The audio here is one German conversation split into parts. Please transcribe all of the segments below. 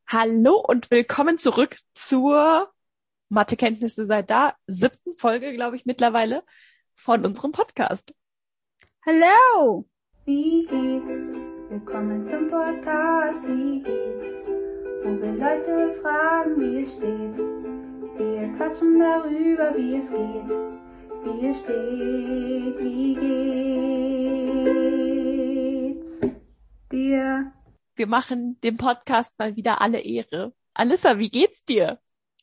Hallo und willkommen zurück zur Mathekenntnisse seit da 7. Folge, glaube ich, mittlerweile von unserem Podcast. Hallo! Wie geht's? Willkommen zum Podcast. Wie geht's? Wo wir Leute fragen, wie es steht. Wir quatschen darüber, wie es geht. Wie es steht, wie geht's dir? Wir machen dem Podcast mal wieder alle Ehre. Alissa, wie geht's dir?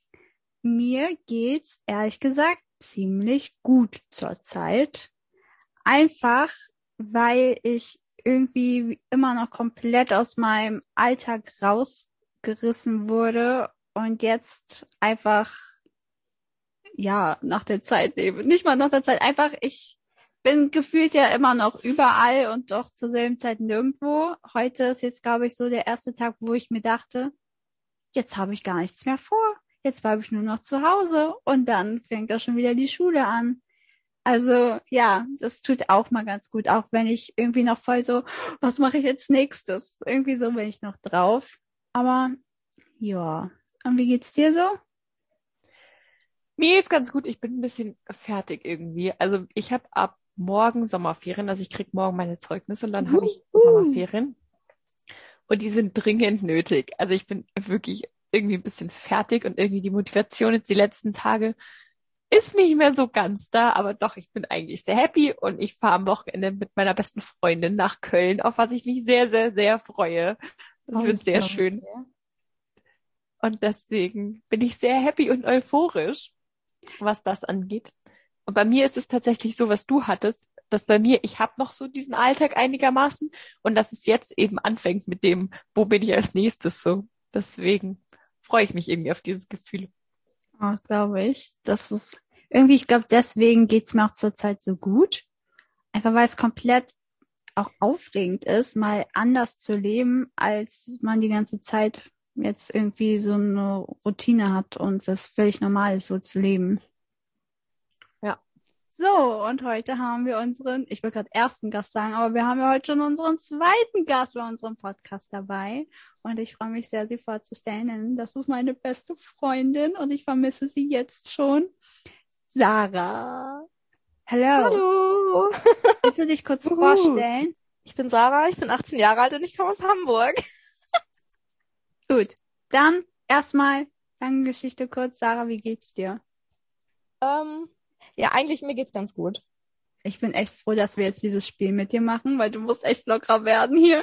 Mir geht's ehrlich gesagt ziemlich gut zurzeit. Einfach, weil ich irgendwie immer noch komplett aus meinem Alltag rausgerissen wurde und jetzt einfach, ja, nach der Zeit lebe. Nicht mal nach der Zeit, einfach ich bin gefühlt ja immer noch überall und doch zur selben Zeit nirgendwo. Heute ist jetzt, glaube ich, so der erste Tag, wo ich mir dachte, jetzt habe ich gar nichts mehr vor. Jetzt bleibe ich nur noch zu Hause und dann fängt auch schon wieder die Schule an. Also ja, das tut auch mal ganz gut, auch wenn ich irgendwie noch voll so, was mache ich jetzt nächstes? Irgendwie so bin ich noch drauf. Aber ja, und wie geht's dir so? Mir geht's ganz gut. Ich bin ein bisschen fertig irgendwie. Also ich habe ab morgen Sommerferien, also ich krieg morgen meine Zeugnisse und dann habe ich Sommerferien. Und die sind dringend nötig. Also ich bin wirklich irgendwie ein bisschen fertig und irgendwie die Motivation jetzt die letzten Tage ist nicht mehr so ganz da, aber doch, ich bin eigentlich sehr happy und ich fahre am Wochenende mit meiner besten Freundin nach Köln, auf was ich mich sehr, sehr, sehr freue. Das wird sehr schön. Und deswegen bin ich sehr happy und euphorisch, was das angeht. Und bei mir ist es tatsächlich so, was du hattest, dass bei mir, ich habe noch so diesen Alltag einigermaßen und dass es jetzt eben anfängt mit dem, wo bin ich als nächstes so. Deswegen freue ich mich irgendwie auf dieses Gefühl. Oh, glaube ich. Das ist irgendwie, ich glaube, deswegen geht's mir auch zurzeit so gut. Einfach weil es komplett auch aufregend ist, mal anders zu leben, als man die ganze Zeit jetzt irgendwie so eine Routine hat und das völlig normal ist, so zu leben. Ja. So, und heute haben wir ich will gerade ersten Gast sagen, aber wir haben ja heute schon unseren zweiten Gast bei unserem Podcast dabei. Und ich freue mich sehr, sie vorzustellen, denn das ist meine beste Freundin und ich vermisse sie jetzt schon. Sarah. Hello. Hallo. Willst du dich kurz vorstellen? Ich bin Sarah, ich bin 18 Jahre alt und ich komme aus Hamburg. Gut, dann erstmal lange Geschichte kurz. Sarah, wie geht's dir? Ja, eigentlich mir geht's ganz gut. Ich bin echt froh, dass wir jetzt dieses Spiel mit dir machen, weil du musst echt locker werden hier.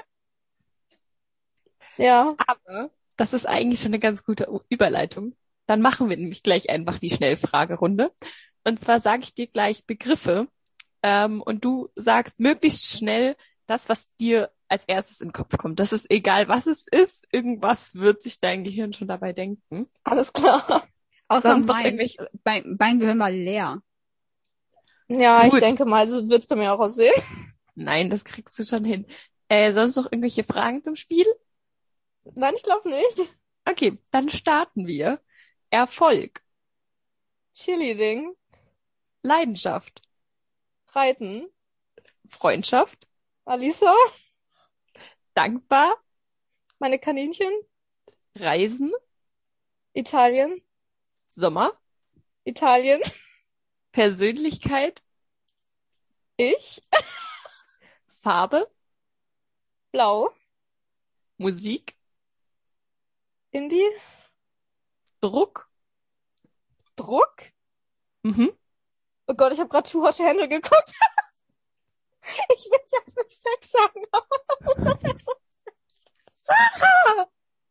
Ja. Aber das ist eigentlich schon eine ganz gute Überleitung. Dann machen wir nämlich gleich einfach die Schnellfragerunde. Und zwar sage ich dir gleich Begriffe und du sagst möglichst schnell das, was dir als erstes in den Kopf kommt. Das ist egal, was es ist. Irgendwas wird sich dein Gehirn schon dabei denken. Alles klar. Außer Sonst noch meins. Mein Gehirn war leer. Ja, Gut. ich denke mal, so wird's bei mir auch aussehen. Nein, das kriegst du schon hin. Sonst noch irgendwelche Fragen zum Spiel? Nein, ich glaube nicht. Okay, dann starten wir. Erfolg, Cheerleading, Leidenschaft, Reiten, Freundschaft, Alisa, dankbar, meine Kaninchen, Reisen, Italien, Sommer, Italien, Persönlichkeit, ich, Farbe, Blau, Musik, Indie, Druck. Druck. Mhm. Oh Gott, ich habe gerade Too Hot to Handle geguckt. Ich will jetzt nicht Sex sagen, aber das ist so. Sarah!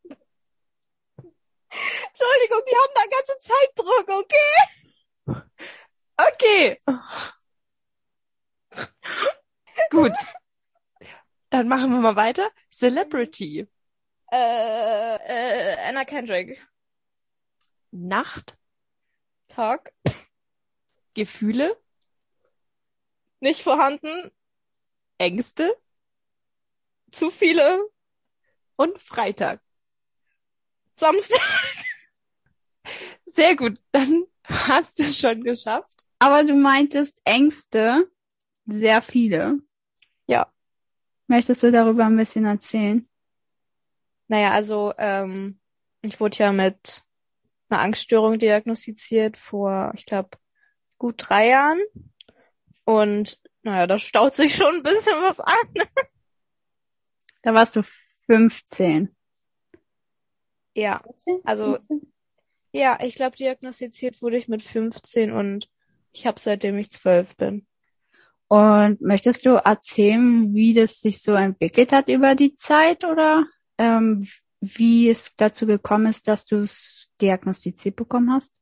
Entschuldigung, die haben da ganze Zeitdruck, okay? Okay. Gut. Dann machen wir mal weiter. Celebrity. Anna Kendrick. Nacht, Tag. Gefühle, Nicht vorhanden. Ängste Zu viele. und Freitag. Samstag. Sehr gut. Dann hast du es schon geschafft. Aber du meintest Ängste, sehr viele. Ja. Möchtest du darüber ein bisschen erzählen? Naja, also, Ich wurde ja mit einer Angststörung diagnostiziert vor, ich glaube, gut 3 Jahren. Und naja, da staut sich schon ein bisschen was an. Da warst du 15. Ja, 14? also 15? ja, ich glaube, diagnostiziert wurde ich mit 15 und ich habe seitdem ich 12 bin. Und möchtest du erzählen, wie das sich so entwickelt hat über die Zeit oder wie es dazu gekommen ist, dass du es diagnostiziert bekommen hast?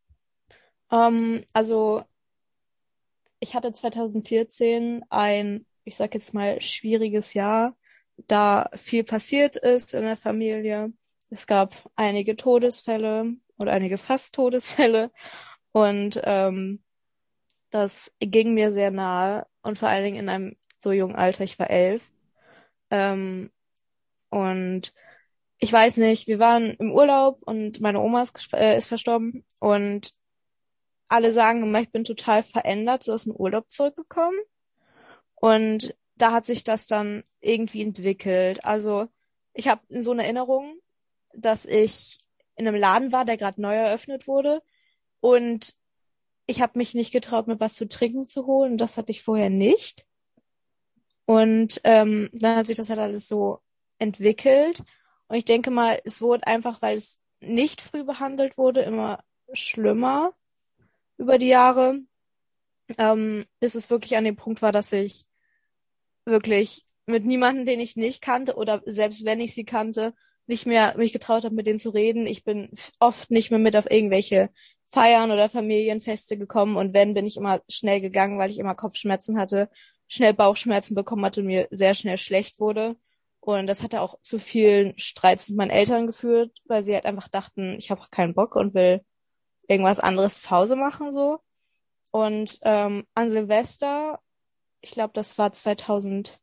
Also ich hatte 2014 ein, ich sag jetzt mal, schwieriges Jahr, da viel passiert ist in der Familie. Es gab einige Todesfälle oder einige fast Todesfälle und das ging mir sehr nahe und vor allen Dingen in einem so jungen Alter, ich war 11. Und ich weiß nicht, wir waren im Urlaub und meine Oma ist verstorben und alle sagen immer, ich bin total verändert, so aus dem Urlaub zurückgekommen. Und da hat sich das dann irgendwie entwickelt. Also ich habe so eine Erinnerung, dass ich in einem Laden war, der gerade neu eröffnet wurde und ich habe mich nicht getraut, mir was zu trinken zu holen. Das hatte ich vorher nicht. Und dann hat sich das halt alles so entwickelt. Und ich denke mal, es wurde einfach, weil es nicht früh behandelt wurde, immer schlimmer über die Jahre, bis es wirklich an dem Punkt war, dass ich wirklich mit niemandem, den ich nicht kannte oder selbst wenn ich sie kannte, nicht mehr mich getraut habe, mit denen zu reden. Ich bin oft nicht mehr mit auf irgendwelche Feiern oder Familienfeste gekommen und wenn, bin ich immer schnell gegangen, weil ich immer Kopfschmerzen hatte, schnell Bauchschmerzen bekommen hatte und mir sehr schnell schlecht wurde. Und das hatte auch zu vielen Streits mit meinen Eltern geführt, weil sie halt einfach dachten, ich habe keinen Bock und will irgendwas anderes zu Hause machen so. Und an Silvester, ich glaube, das war 2015,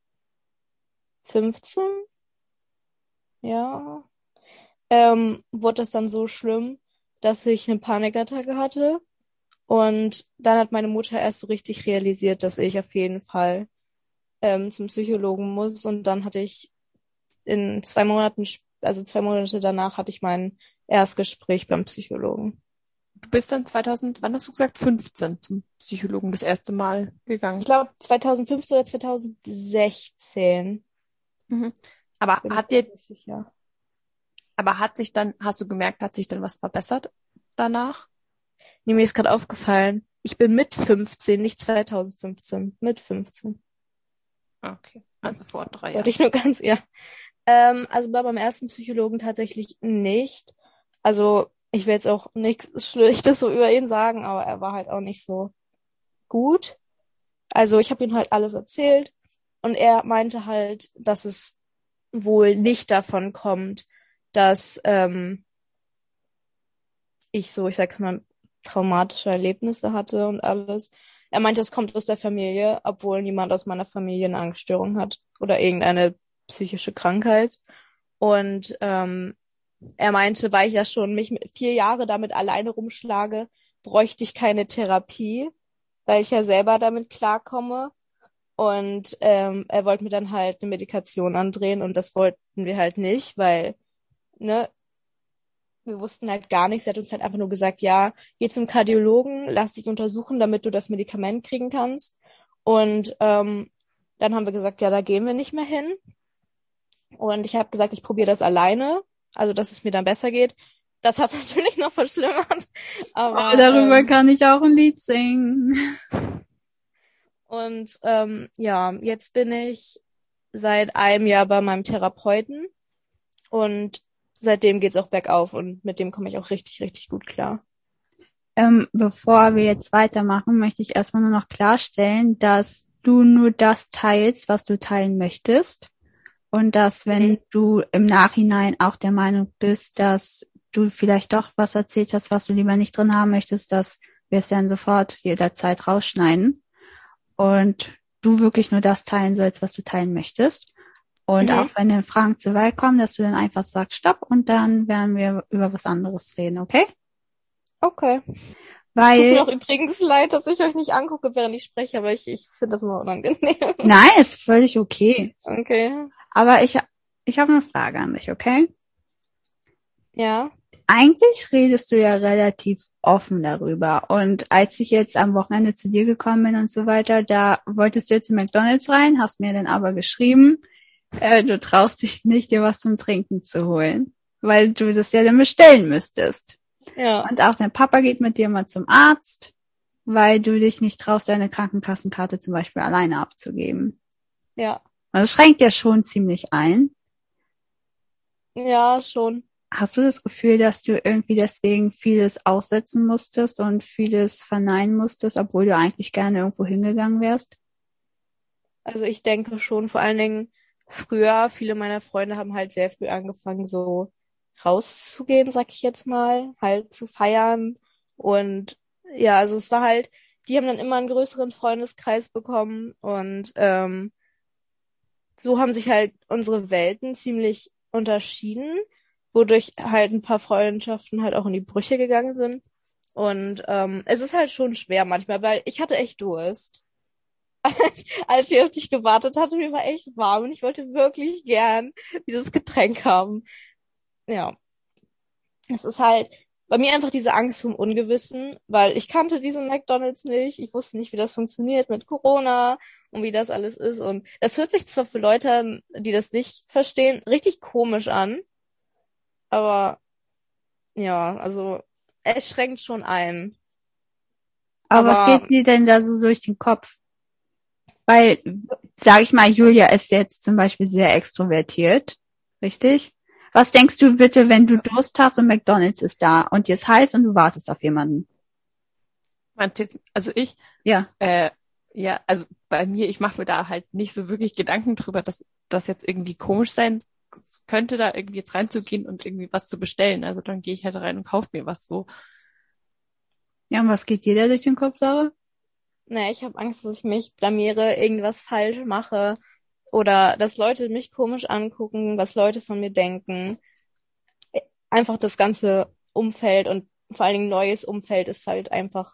ja, wurde das dann so schlimm, dass ich eine Panikattacke hatte. Und dann hat meine Mutter erst so richtig realisiert, dass ich auf jeden Fall zum Psychologen muss. Und dann hatte ich in 2 Monaten, also 2 Monate danach, hatte ich mein Erstgespräch beim Psychologen. Du bist dann 2000, wann hast du gesagt, 15 zum Psychologen das erste Mal gegangen? Ich glaube 2015 oder 2016. Mhm. Aber Bin hat ich dir, nicht sicher. aber hat sich dann, hast du gemerkt, hat sich dann was verbessert danach? Nee, mir ist gerade aufgefallen, ich bin mit 15, nicht 2015, mit 15. Okay. Also vor 3 Wollte Jahren. ich nur ganz, ja. Also bei meinem ersten Psychologen tatsächlich nicht. Also ich will jetzt auch nichts Schlechtes so über ihn sagen, aber er war halt auch nicht so gut. Also ich habe ihm halt alles erzählt und er meinte halt, dass es wohl nicht davon kommt, dass ich so, ich sag mal, traumatische Erlebnisse hatte und alles. Er meinte, es kommt aus der Familie, obwohl niemand aus meiner Familie eine Angststörung hat oder irgendeine psychische Krankheit. Und er meinte, weil ich ja schon mich 4 Jahre damit alleine rumschlage, bräuchte ich keine Therapie, weil ich ja selber damit klarkomme. Und er wollte mir dann halt eine Medikation andrehen und das wollten wir halt nicht, weil, ne, wir wussten halt gar nichts. Er hat uns halt einfach nur gesagt, ja, geh zum Kardiologen, lass dich untersuchen, damit du das Medikament kriegen kannst. Und dann haben wir gesagt, ja, da gehen wir nicht mehr hin. Und ich habe gesagt, ich probiere das alleine, also dass es mir dann besser geht. Das hat es natürlich noch verschlimmert. Aber Darüber kann ich auch ein Lied singen. und ja, jetzt bin ich seit einem Jahr bei meinem Therapeuten und seitdem geht's auch bergauf und mit dem komme ich auch richtig, richtig gut klar. Bevor wir jetzt weitermachen, möchte ich erstmal nur noch klarstellen, dass du nur das teilst, was du teilen möchtest. Und dass, wenn du im Nachhinein auch der Meinung bist, dass du vielleicht doch was erzählt hast, was du lieber nicht drin haben möchtest, dass wir es dann sofort jederzeit rausschneiden. Und du wirklich nur das teilen sollst, was du teilen möchtest. Und auch wenn dann Fragen zu weit kommen, dass du dann einfach sagst, stopp, und dann werden wir über was anderes reden, okay? Okay. Weil, es tut mir auch übrigens leid, dass ich euch nicht angucke, während ich spreche, aber ich finde das immer unangenehm. Nein, ist völlig okay. Okay. Aber ich habe eine Frage an dich, okay? Ja. Eigentlich redest du ja relativ offen darüber. Und als ich jetzt am Wochenende zu dir gekommen bin und so weiter, da wolltest du jetzt in McDonald's rein, hast mir dann aber geschrieben, du traust dich nicht, dir was zum Trinken zu holen, weil du das ja dann bestellen müsstest. Ja. Und auch dein Papa geht mit dir mal zum Arzt, weil du dich nicht traust, deine Krankenkassenkarte zum Beispiel alleine abzugeben. Ja. Und das schränkt ja schon ziemlich ein. Ja, schon. Hast du das Gefühl, dass du irgendwie deswegen vieles aussetzen musstest und vieles verneinen musstest, obwohl du eigentlich gerne irgendwo hingegangen wärst? Also ich denke schon, vor allen Dingen früher, viele meiner Freunde haben halt sehr früh angefangen, so rauszugehen, sag ich jetzt mal, halt zu feiern. Und ja, also es war halt, die haben dann immer einen größeren Freundeskreis bekommen und so haben sich halt unsere Welten ziemlich unterschieden, wodurch halt ein paar Freundschaften halt auch in die Brüche gegangen sind. Und es ist halt schon schwer manchmal, weil ich hatte echt Durst. Als ich auf dich gewartet hatte, mir war echt warm und ich wollte wirklich gern dieses Getränk haben. Ja, es ist halt bei mir einfach diese Angst vom Ungewissen, weil ich kannte diesen McDonald's nicht. Ich wusste nicht, wie das funktioniert mit Corona und wie das alles ist. Und das hört sich zwar für Leute, an, die das nicht verstehen, richtig komisch an, aber ja, also es schränkt schon ein. Aber was Aber geht dir denn da so durch den Kopf? Weil, sag ich mal, Julia ist jetzt zum Beispiel sehr extrovertiert, richtig? Was denkst du bitte, wenn du Durst hast und McDonald's ist da und dir ist heiß und du wartest auf jemanden? Also ich, Ja. ja, also bei mir, ich mache mir da halt nicht so wirklich Gedanken drüber, dass das jetzt irgendwie komisch sein könnte, da irgendwie jetzt reinzugehen und irgendwie was zu bestellen. Also dann gehe ich halt rein und kaufe mir was so. Ja, und was geht dir da durch den Kopf, Sarah? naja, ich habe Angst, dass ich mich blamiere, irgendwas falsch mache oder dass Leute mich komisch angucken, was Leute von mir denken. Einfach das ganze Umfeld und vor allen Dingen neues Umfeld ist halt einfach,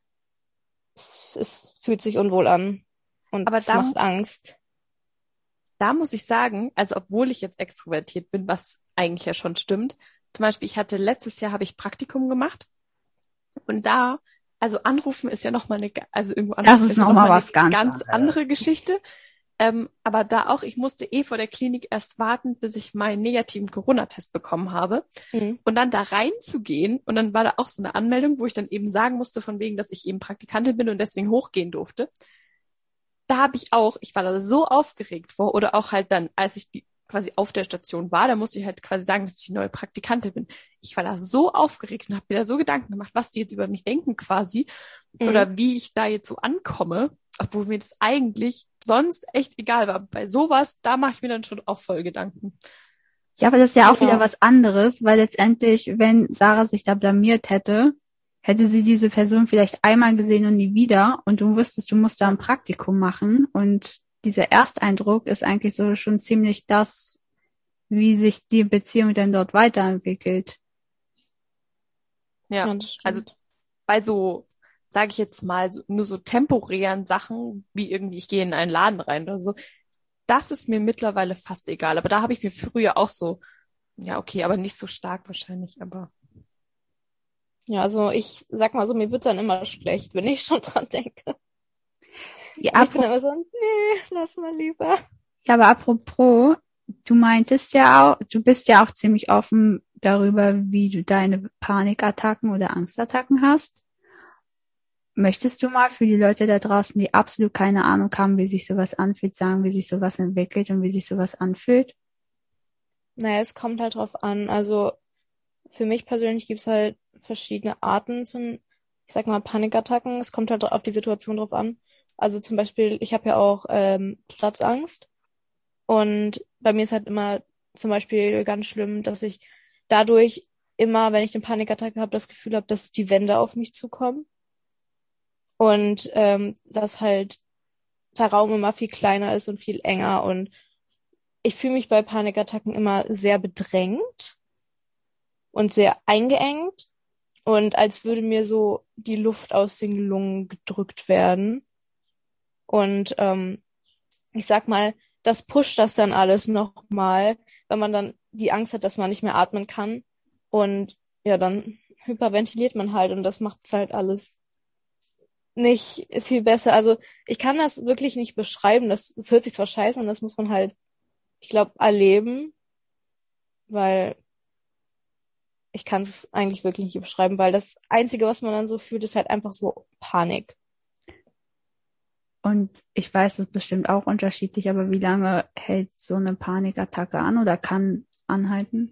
es fühlt sich unwohl an und Aber es macht Angst. da muss ich sagen, also obwohl ich jetzt extrovertiert bin, was eigentlich ja schon stimmt, zum Beispiel, ich hatte letztes Jahr habe ich Praktikum gemacht und da, also anrufen ist ja nochmal also irgendwo Das anrufen ist ist ja noch noch mal mal eine was ganz ganz anderes. andere Geschichte. Aber da auch, ich musste vor der Klinik erst warten, bis ich meinen negativen Corona-Test bekommen habe. Mhm. Und dann da reinzugehen und dann war da auch so eine Anmeldung, wo ich dann eben sagen musste, von wegen, dass ich eben Praktikantin bin und deswegen hochgehen durfte. Da habe ich war da so aufgeregt vor oder auch halt dann, als ich quasi auf der Station war, da musste ich halt quasi sagen, dass ich die neue Praktikantin bin. Ich war da so aufgeregt und habe mir da so Gedanken gemacht, was die jetzt über mich denken quasi oder wie ich da jetzt so ankomme, obwohl mir das eigentlich sonst echt egal war. Bei sowas, da mache ich mir dann schon auch voll Gedanken. Ja, aber das ist ja auch wieder Ja. was anderes, weil letztendlich, wenn Sarah sich da blamiert hätte, hätte sie diese Person vielleicht einmal gesehen und nie wieder und du wüsstest, du musst da ein Praktikum machen und dieser Ersteindruck ist eigentlich so schon ziemlich das, wie sich die Beziehung dann dort weiterentwickelt. Ja, Ja, das also stimmt. bei so, sage ich jetzt mal, nur so temporären Sachen, wie irgendwie, ich gehe in einen Laden rein oder so, das ist mir mittlerweile fast egal. Aber da habe ich mir früher auch so, ja, okay, aber nicht so stark wahrscheinlich, aber Ja, also ich sag mal so, mir wird dann immer schlecht, wenn ich schon dran denke. Ja, Und ich bin immer so, nee, lass mal lieber. ja, aber apropos, du meintest ja auch, du bist ja auch ziemlich offen darüber, wie du deine Panikattacken oder Angstattacken hast. Möchtest du mal für die Leute da draußen, die absolut keine Ahnung haben, wie sich sowas anfühlt, sagen, wie sich sowas entwickelt und wie sich sowas anfühlt? Naja, es kommt halt drauf an. Also für mich persönlich gibt's halt verschiedene Arten von, ich sag mal, Panikattacken. Es kommt halt auf die Situation drauf an. Also zum Beispiel, ich habe ja auch Platzangst. Und bei mir ist halt immer zum Beispiel ganz schlimm, dass ich dadurch immer, wenn ich eine Panikattacke habe, das Gefühl habe, dass die Wände auf mich zukommen. Und dass halt der Raum immer viel kleiner ist und viel enger. Und ich fühle mich bei Panikattacken immer sehr bedrängt und sehr eingeengt und als würde mir so die Luft aus den Lungen gedrückt werden. Und ich sag mal, das pusht das dann alles nochmal, wenn man dann die Angst hat, dass man nicht mehr atmen kann. Und ja, dann hyperventiliert man halt und das macht es halt alles nicht viel besser. Also ich kann das wirklich nicht beschreiben. Das hört sich zwar scheiße an, das muss man halt, ich glaube, erleben, weil ich kann es eigentlich wirklich nicht beschreiben, weil das Einzige, was man dann so fühlt, ist halt einfach so Panik. Und ich weiß, es ist bestimmt auch unterschiedlich, aber wie lange hält so eine Panikattacke an oder kann anhalten?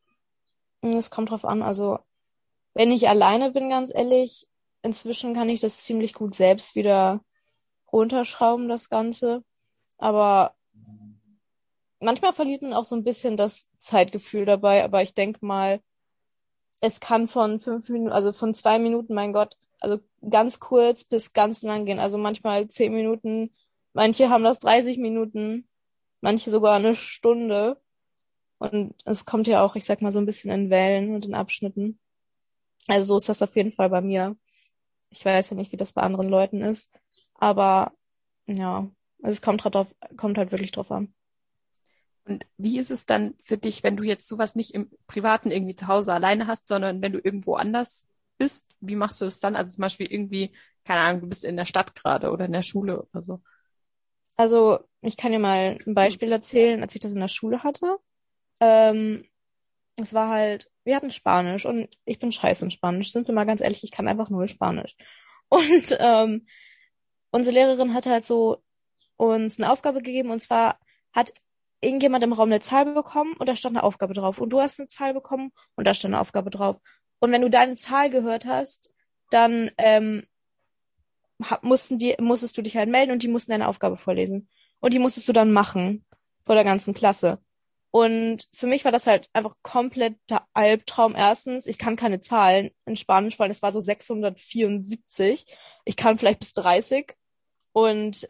Es kommt drauf an. Also wenn ich alleine bin, ganz ehrlich, inzwischen kann ich das ziemlich gut selbst wieder runterschrauben, das Ganze. Aber manchmal verliert man auch so ein bisschen das Zeitgefühl dabei. Aber ich denke mal, es kann von 5 Minuten, also von 2 Minuten, mein Gott, also ganz kurz bis ganz lang gehen. Also manchmal 10 Minuten, manche haben das 30 Minuten, manche sogar eine Stunde. Und es kommt ja auch, ich sag mal, so ein bisschen in Wellen und in Abschnitten. Also so ist das auf jeden Fall bei mir. Ich weiß ja nicht, wie das bei anderen Leuten ist. Aber ja, also es kommt halt wirklich drauf an. Und wie ist es dann für dich, wenn du jetzt sowas nicht im Privaten irgendwie zu Hause alleine hast, sondern wenn du irgendwo anders bist? Wie machst du es dann? Also zum Beispiel irgendwie, keine Ahnung, du bist in der Stadt gerade oder in der Schule oder so. Also ich kann dir mal ein Beispiel erzählen, als ich das in der Schule hatte. Ähm, Es war halt, wir hatten Spanisch und ich bin scheiße in Spanisch. Sind wir mal ganz ehrlich, ich kann einfach null Spanisch. Und unsere Lehrerin hat halt so uns eine Aufgabe gegeben und zwar hat irgendjemand im Raum eine Zahl bekommen und da stand eine Aufgabe drauf. Und du hast eine Zahl bekommen und da stand eine Aufgabe drauf. Und wenn du deine Zahl gehört hast, dann musstest du dich halt melden und die mussten deine Aufgabe vorlesen. Und die musstest du dann machen vor der ganzen Klasse. Und für mich war das halt einfach kompletter Albtraum. Erstens, ich kann keine Zahlen in Spanisch, weil es war so 674. Ich kann vielleicht bis 30. Und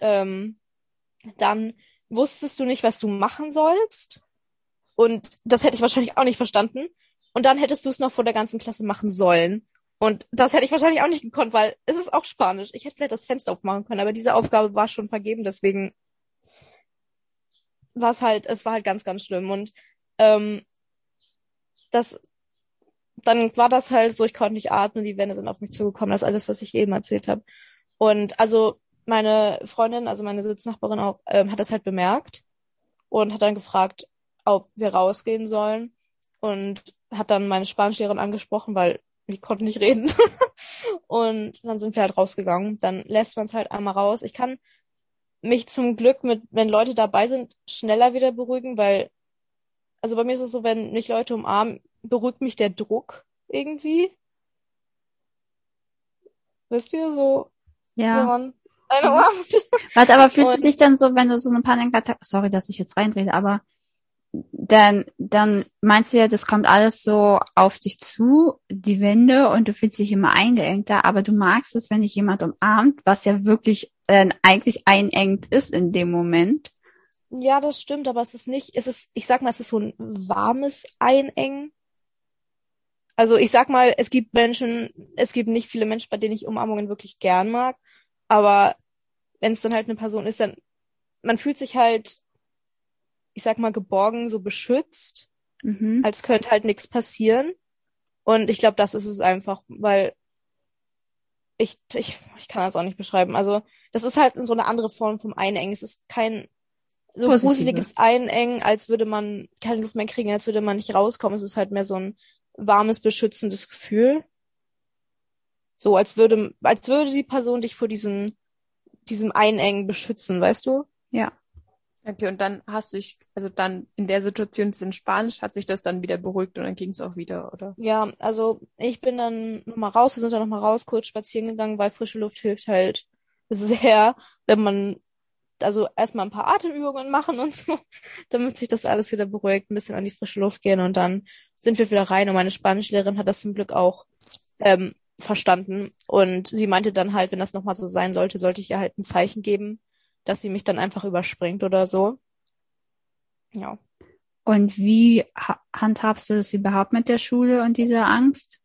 dann wusstest du nicht, was du machen sollst. Und das hätte ich wahrscheinlich auch nicht verstanden. Und dann hättest du es noch vor der ganzen Klasse machen sollen. Und das hätte ich wahrscheinlich auch nicht gekonnt, weil es ist auch Spanisch. Ich hätte vielleicht das Fenster aufmachen können, aber diese Aufgabe war schon vergeben, deswegen es war halt ganz, ganz schlimm. Und ähm, das, dann war das halt so, ich konnte nicht atmen, die Wände sind auf mich zugekommen, das ist alles, was ich eben erzählt habe. Und also meine Freundin, also meine Sitznachbarin auch, hat das halt bemerkt und hat dann gefragt, ob wir rausgehen sollen und hat dann meine Spanischlehrerin angesprochen, weil ich konnte nicht reden. Und dann sind wir halt rausgegangen. Dann lässt man es halt einmal raus. Ich kann mich zum Glück wenn Leute dabei sind, schneller wieder beruhigen, weil, also bei mir ist es so, wenn mich Leute umarmen, beruhigt mich der Druck irgendwie. Wisst ihr, so, wenn Ja. man eine umarmt. Warte, aber fühlst du Und dich dann so, wenn du so eine Panikattacke, sorry, dass ich jetzt reinrede, aber dann meinst du ja, das kommt alles so auf dich zu, die Wände, und du fühlst dich immer eingeengter, aber du magst es, wenn dich jemand umarmt, was ja wirklich eigentlich einengt ist in dem Moment. ja, das stimmt, aber es ist nicht, ich sag mal, es ist so ein warmes Einengen. Also ich sag mal, es gibt nicht viele Menschen, bei denen ich Umarmungen wirklich gern mag, aber wenn es dann halt eine Person ist, dann, man fühlt sich halt, ich sag mal, geborgen, so beschützt, Mhm. als könnte halt nichts passieren. Und ich glaube, das ist es einfach, weil ich kann das auch nicht beschreiben. Also, das ist halt so eine andere Form vom Einengen. Es ist kein so Positive. gruseliges Einengen, als würde man keine Luft mehr kriegen, als würde man nicht rauskommen. Es ist halt mehr so ein warmes, beschützendes Gefühl. So, als würde die Person dich vor diesem Einengen beschützen, weißt du? Ja. Okay, und dann hast du dich, also dann in der Situation in Spanisch hat sich das dann wieder beruhigt und dann ging es auch wieder, oder? Ja, also ich bin dann nochmal raus, wir sind dann nochmal raus, kurz spazieren gegangen, weil frische Luft hilft halt sehr, wenn man also erstmal ein paar Atemübungen machen und so, damit sich das alles wieder beruhigt, ein bisschen an die frische Luft gehen und dann sind wir wieder rein und meine Spanischlehrerin hat das zum Glück auch verstanden und sie meinte dann halt, wenn das nochmal so sein sollte, sollte ich ihr halt ein Zeichen geben, dass sie mich dann einfach überspringt oder so. Ja. Und wie handhabst du das überhaupt mit der Schule und dieser Angst?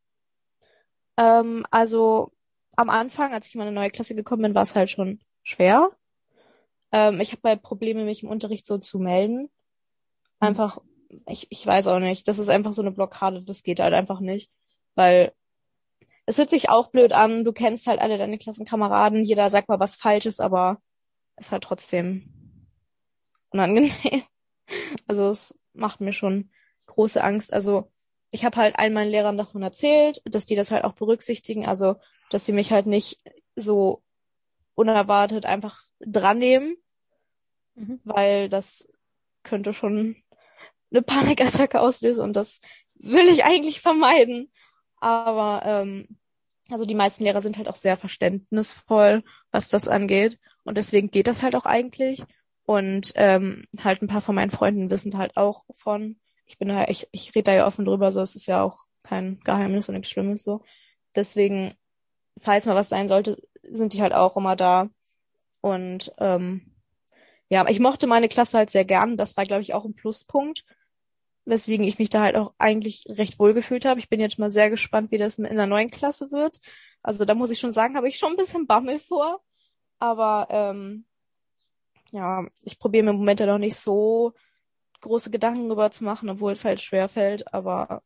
Also am Anfang, als ich in meine neue Klasse gekommen bin, war es halt schon schwer. Ich habe halt Probleme, mich im Unterricht so zu melden. Einfach, ich weiß auch nicht. Das ist einfach so eine Blockade, das geht halt einfach nicht. Weil es hört sich auch blöd an, du kennst halt alle deine Klassenkameraden, jeder sagt mal was Falsches, aber ist halt trotzdem unangenehm. Also es macht mir schon große Angst. Also ich habe halt all meinen Lehrern davon erzählt, dass die das halt auch berücksichtigen, also dass sie mich halt nicht so unerwartet einfach dran nehmen, Mhm. weil das könnte schon eine Panikattacke auslösen und das will ich eigentlich vermeiden. Aber also die meisten Lehrer sind halt auch sehr verständnisvoll, was das angeht. Und deswegen geht das halt auch eigentlich. Und halt ein paar von meinen Freunden wissen halt auch von. Ich rede da ja offen drüber, so es ist ja auch kein Geheimnis und nichts Schlimmes so. Deswegen, falls mal was sein sollte, sind die halt auch immer da. Und ja, ich mochte meine Klasse halt sehr gern. Das war, glaube ich, auch ein Pluspunkt, weswegen ich mich da halt auch eigentlich recht wohl gefühlt habe. Ich bin jetzt mal sehr gespannt, wie das in der neuen Klasse wird. Also da muss ich schon sagen, habe ich schon ein bisschen Bammel vor. Aber ja, ich probiere mir im Moment ja noch nicht so große Gedanken drüber zu machen, obwohl es halt schwer fällt. Aber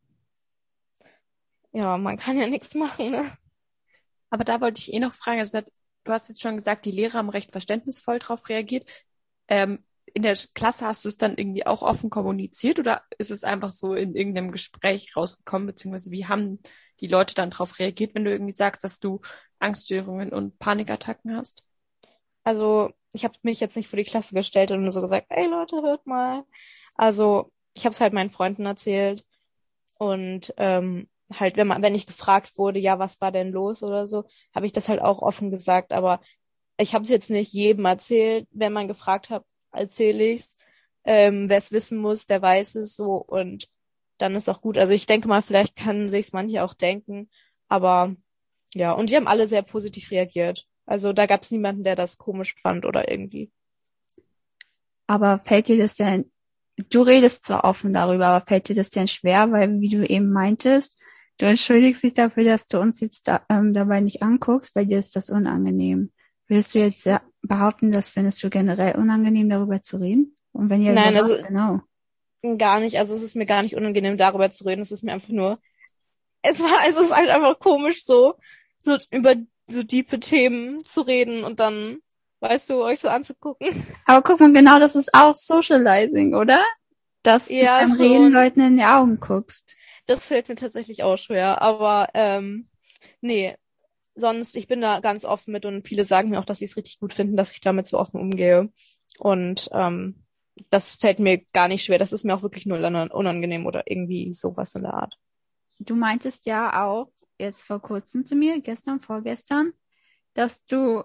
ja, man kann ja nichts machen, ne? Aber da wollte ich noch fragen, also du hast jetzt schon gesagt, die Lehrer haben recht verständnisvoll darauf reagiert. In der Klasse hast du es dann irgendwie auch offen kommuniziert oder ist es einfach so in irgendeinem Gespräch rausgekommen, beziehungsweise wie haben die Leute dann darauf reagiert, wenn du irgendwie sagst, dass du Angststörungen und Panikattacken hast? Also ich habe mich jetzt nicht vor die Klasse gestellt und nur so gesagt, ey Leute, hört mal. Also ich habe es halt meinen Freunden erzählt und halt, wenn ich gefragt wurde, ja, was war denn los oder so, habe ich das halt auch offen gesagt. Aber ich habe es jetzt nicht jedem erzählt. Wenn man gefragt hat, erzähle ich's. Wer es wissen muss, der weiß es so und dann ist auch gut. Also ich denke mal, vielleicht können sich's manche auch denken, aber ja, und die haben alle sehr positiv reagiert. Also da gab's niemanden, der das komisch fand oder irgendwie. Aber fällt dir das denn, du redest zwar offen darüber, aber fällt dir das denn schwer, weil, wie du eben meintest, du entschuldigst dich dafür, dass du uns jetzt dabei nicht anguckst, weil dir ist das unangenehm. Würdest du jetzt behaupten, das findest du generell unangenehm, darüber zu reden? Und wenn ja, über Nein, also was genau? gar nicht. Also es ist mir gar nicht unangenehm, darüber zu reden. Es ist mir einfach nur, es ist halt einfach komisch, so über so diepe Themen zu reden und dann, weißt du, euch so anzugucken. Aber guck mal, genau das ist auch Socializing, oder? Dass du Ja, beim Reden schon. Leuten in die Augen guckst. Das fällt mir tatsächlich auch schwer. Aber nee, sonst, ich bin da ganz offen mit und viele sagen mir auch, dass sie es richtig gut finden, dass ich damit so offen umgehe. Und das fällt mir gar nicht schwer. Das ist mir auch wirklich null unangenehm oder irgendwie sowas in der Art. Du meintest ja auch jetzt vor kurzem zu mir, gestern, vorgestern, dass du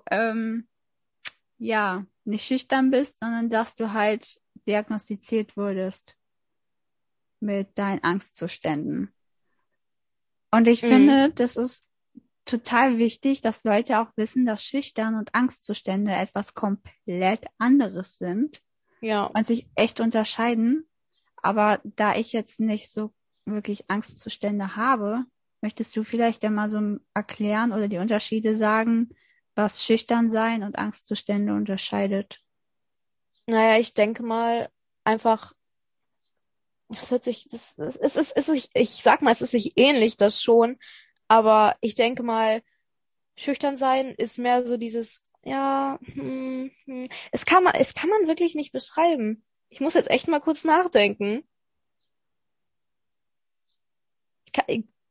ja nicht schüchtern bist, sondern dass du halt diagnostiziert wurdest mit deinen Angstzuständen. Und ich Mhm. finde, das ist total wichtig, dass Leute auch wissen, dass Schüchtern und Angstzustände etwas komplett anderes sind Ja. und sich echt unterscheiden. Aber da ich jetzt nicht so wirklich Angstzustände habe, möchtest du vielleicht ja mal so erklären oder die Unterschiede sagen, was schüchtern sein und Angstzustände unterscheidet? Naja, ich denke mal einfach, ich sag mal, es ist sich ähnlich, das schon, aber ich denke mal, schüchtern sein ist mehr so dieses, ja, es kann man wirklich nicht beschreiben. Ich muss jetzt echt mal kurz nachdenken. Ich, kann,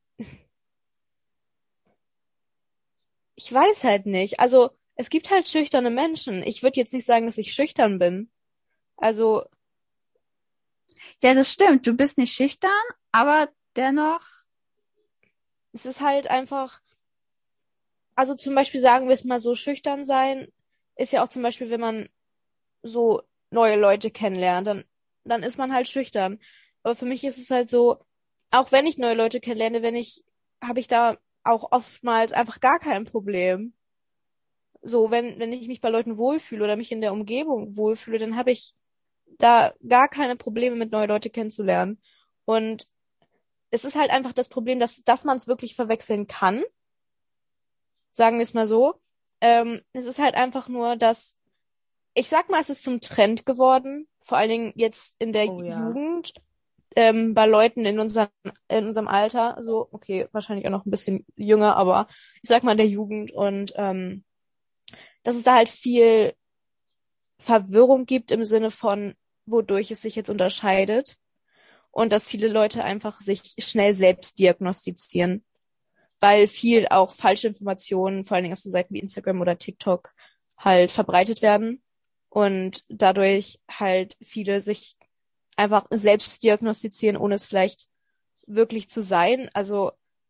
ich weiß halt nicht. Also, es gibt halt schüchterne Menschen. Ich würde jetzt nicht sagen, dass ich schüchtern bin. Also, Ja, das stimmt. Du bist nicht schüchtern, aber dennoch, es ist halt einfach, also zum Beispiel sagen wir es mal so, schüchtern sein ist ja auch zum Beispiel, wenn man so neue Leute kennenlernt, dann ist man halt schüchtern. Aber für mich ist es halt so, auch wenn ich neue Leute kennenlerne, habe ich da auch oftmals einfach gar kein Problem. So, wenn ich mich bei Leuten wohlfühle oder mich in der Umgebung wohlfühle, dann habe ich da gar keine Probleme mit neue Leute kennenzulernen. Und es ist halt einfach das Problem, dass man es wirklich verwechseln kann, sagen wir es mal so. Es ist halt einfach nur, dass ich sag mal, es ist zum Trend geworden, vor allen Dingen jetzt in der Oh ja. Jugend, bei Leuten in unserem Alter, so, okay, wahrscheinlich auch noch ein bisschen jünger, aber ich sag mal in der Jugend und dass es da halt viel Verwirrung gibt im Sinne von, wodurch es sich jetzt unterscheidet und dass viele Leute einfach sich schnell selbst diagnostizieren, weil viel auch falsche Informationen, vor allen Dingen auf so Seiten wie Instagram oder TikTok, halt verbreitet werden und dadurch halt viele sich einfach selbst diagnostizieren, ohne es vielleicht wirklich zu sein. Also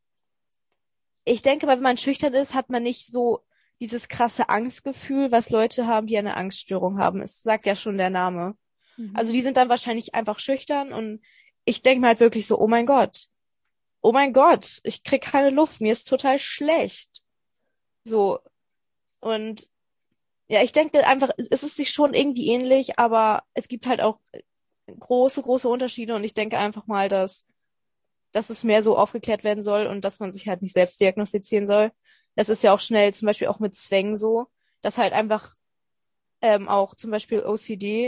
ich denke, wenn man schüchtern ist, hat man nicht so dieses krasse Angstgefühl, was Leute haben, die eine Angststörung haben. Es sagt ja schon der Name. Also die sind dann wahrscheinlich einfach schüchtern und ich denke mir halt wirklich so, oh mein Gott, ich krieg keine Luft, mir ist total schlecht. So. Und ja, ich denke einfach, es ist sich schon irgendwie ähnlich, aber es gibt halt auch große, große Unterschiede und ich denke einfach mal, dass es mehr so aufgeklärt werden soll und dass man sich halt nicht selbst diagnostizieren soll. Das ist ja auch schnell, zum Beispiel auch mit Zwängen so, dass halt einfach auch zum Beispiel OCD,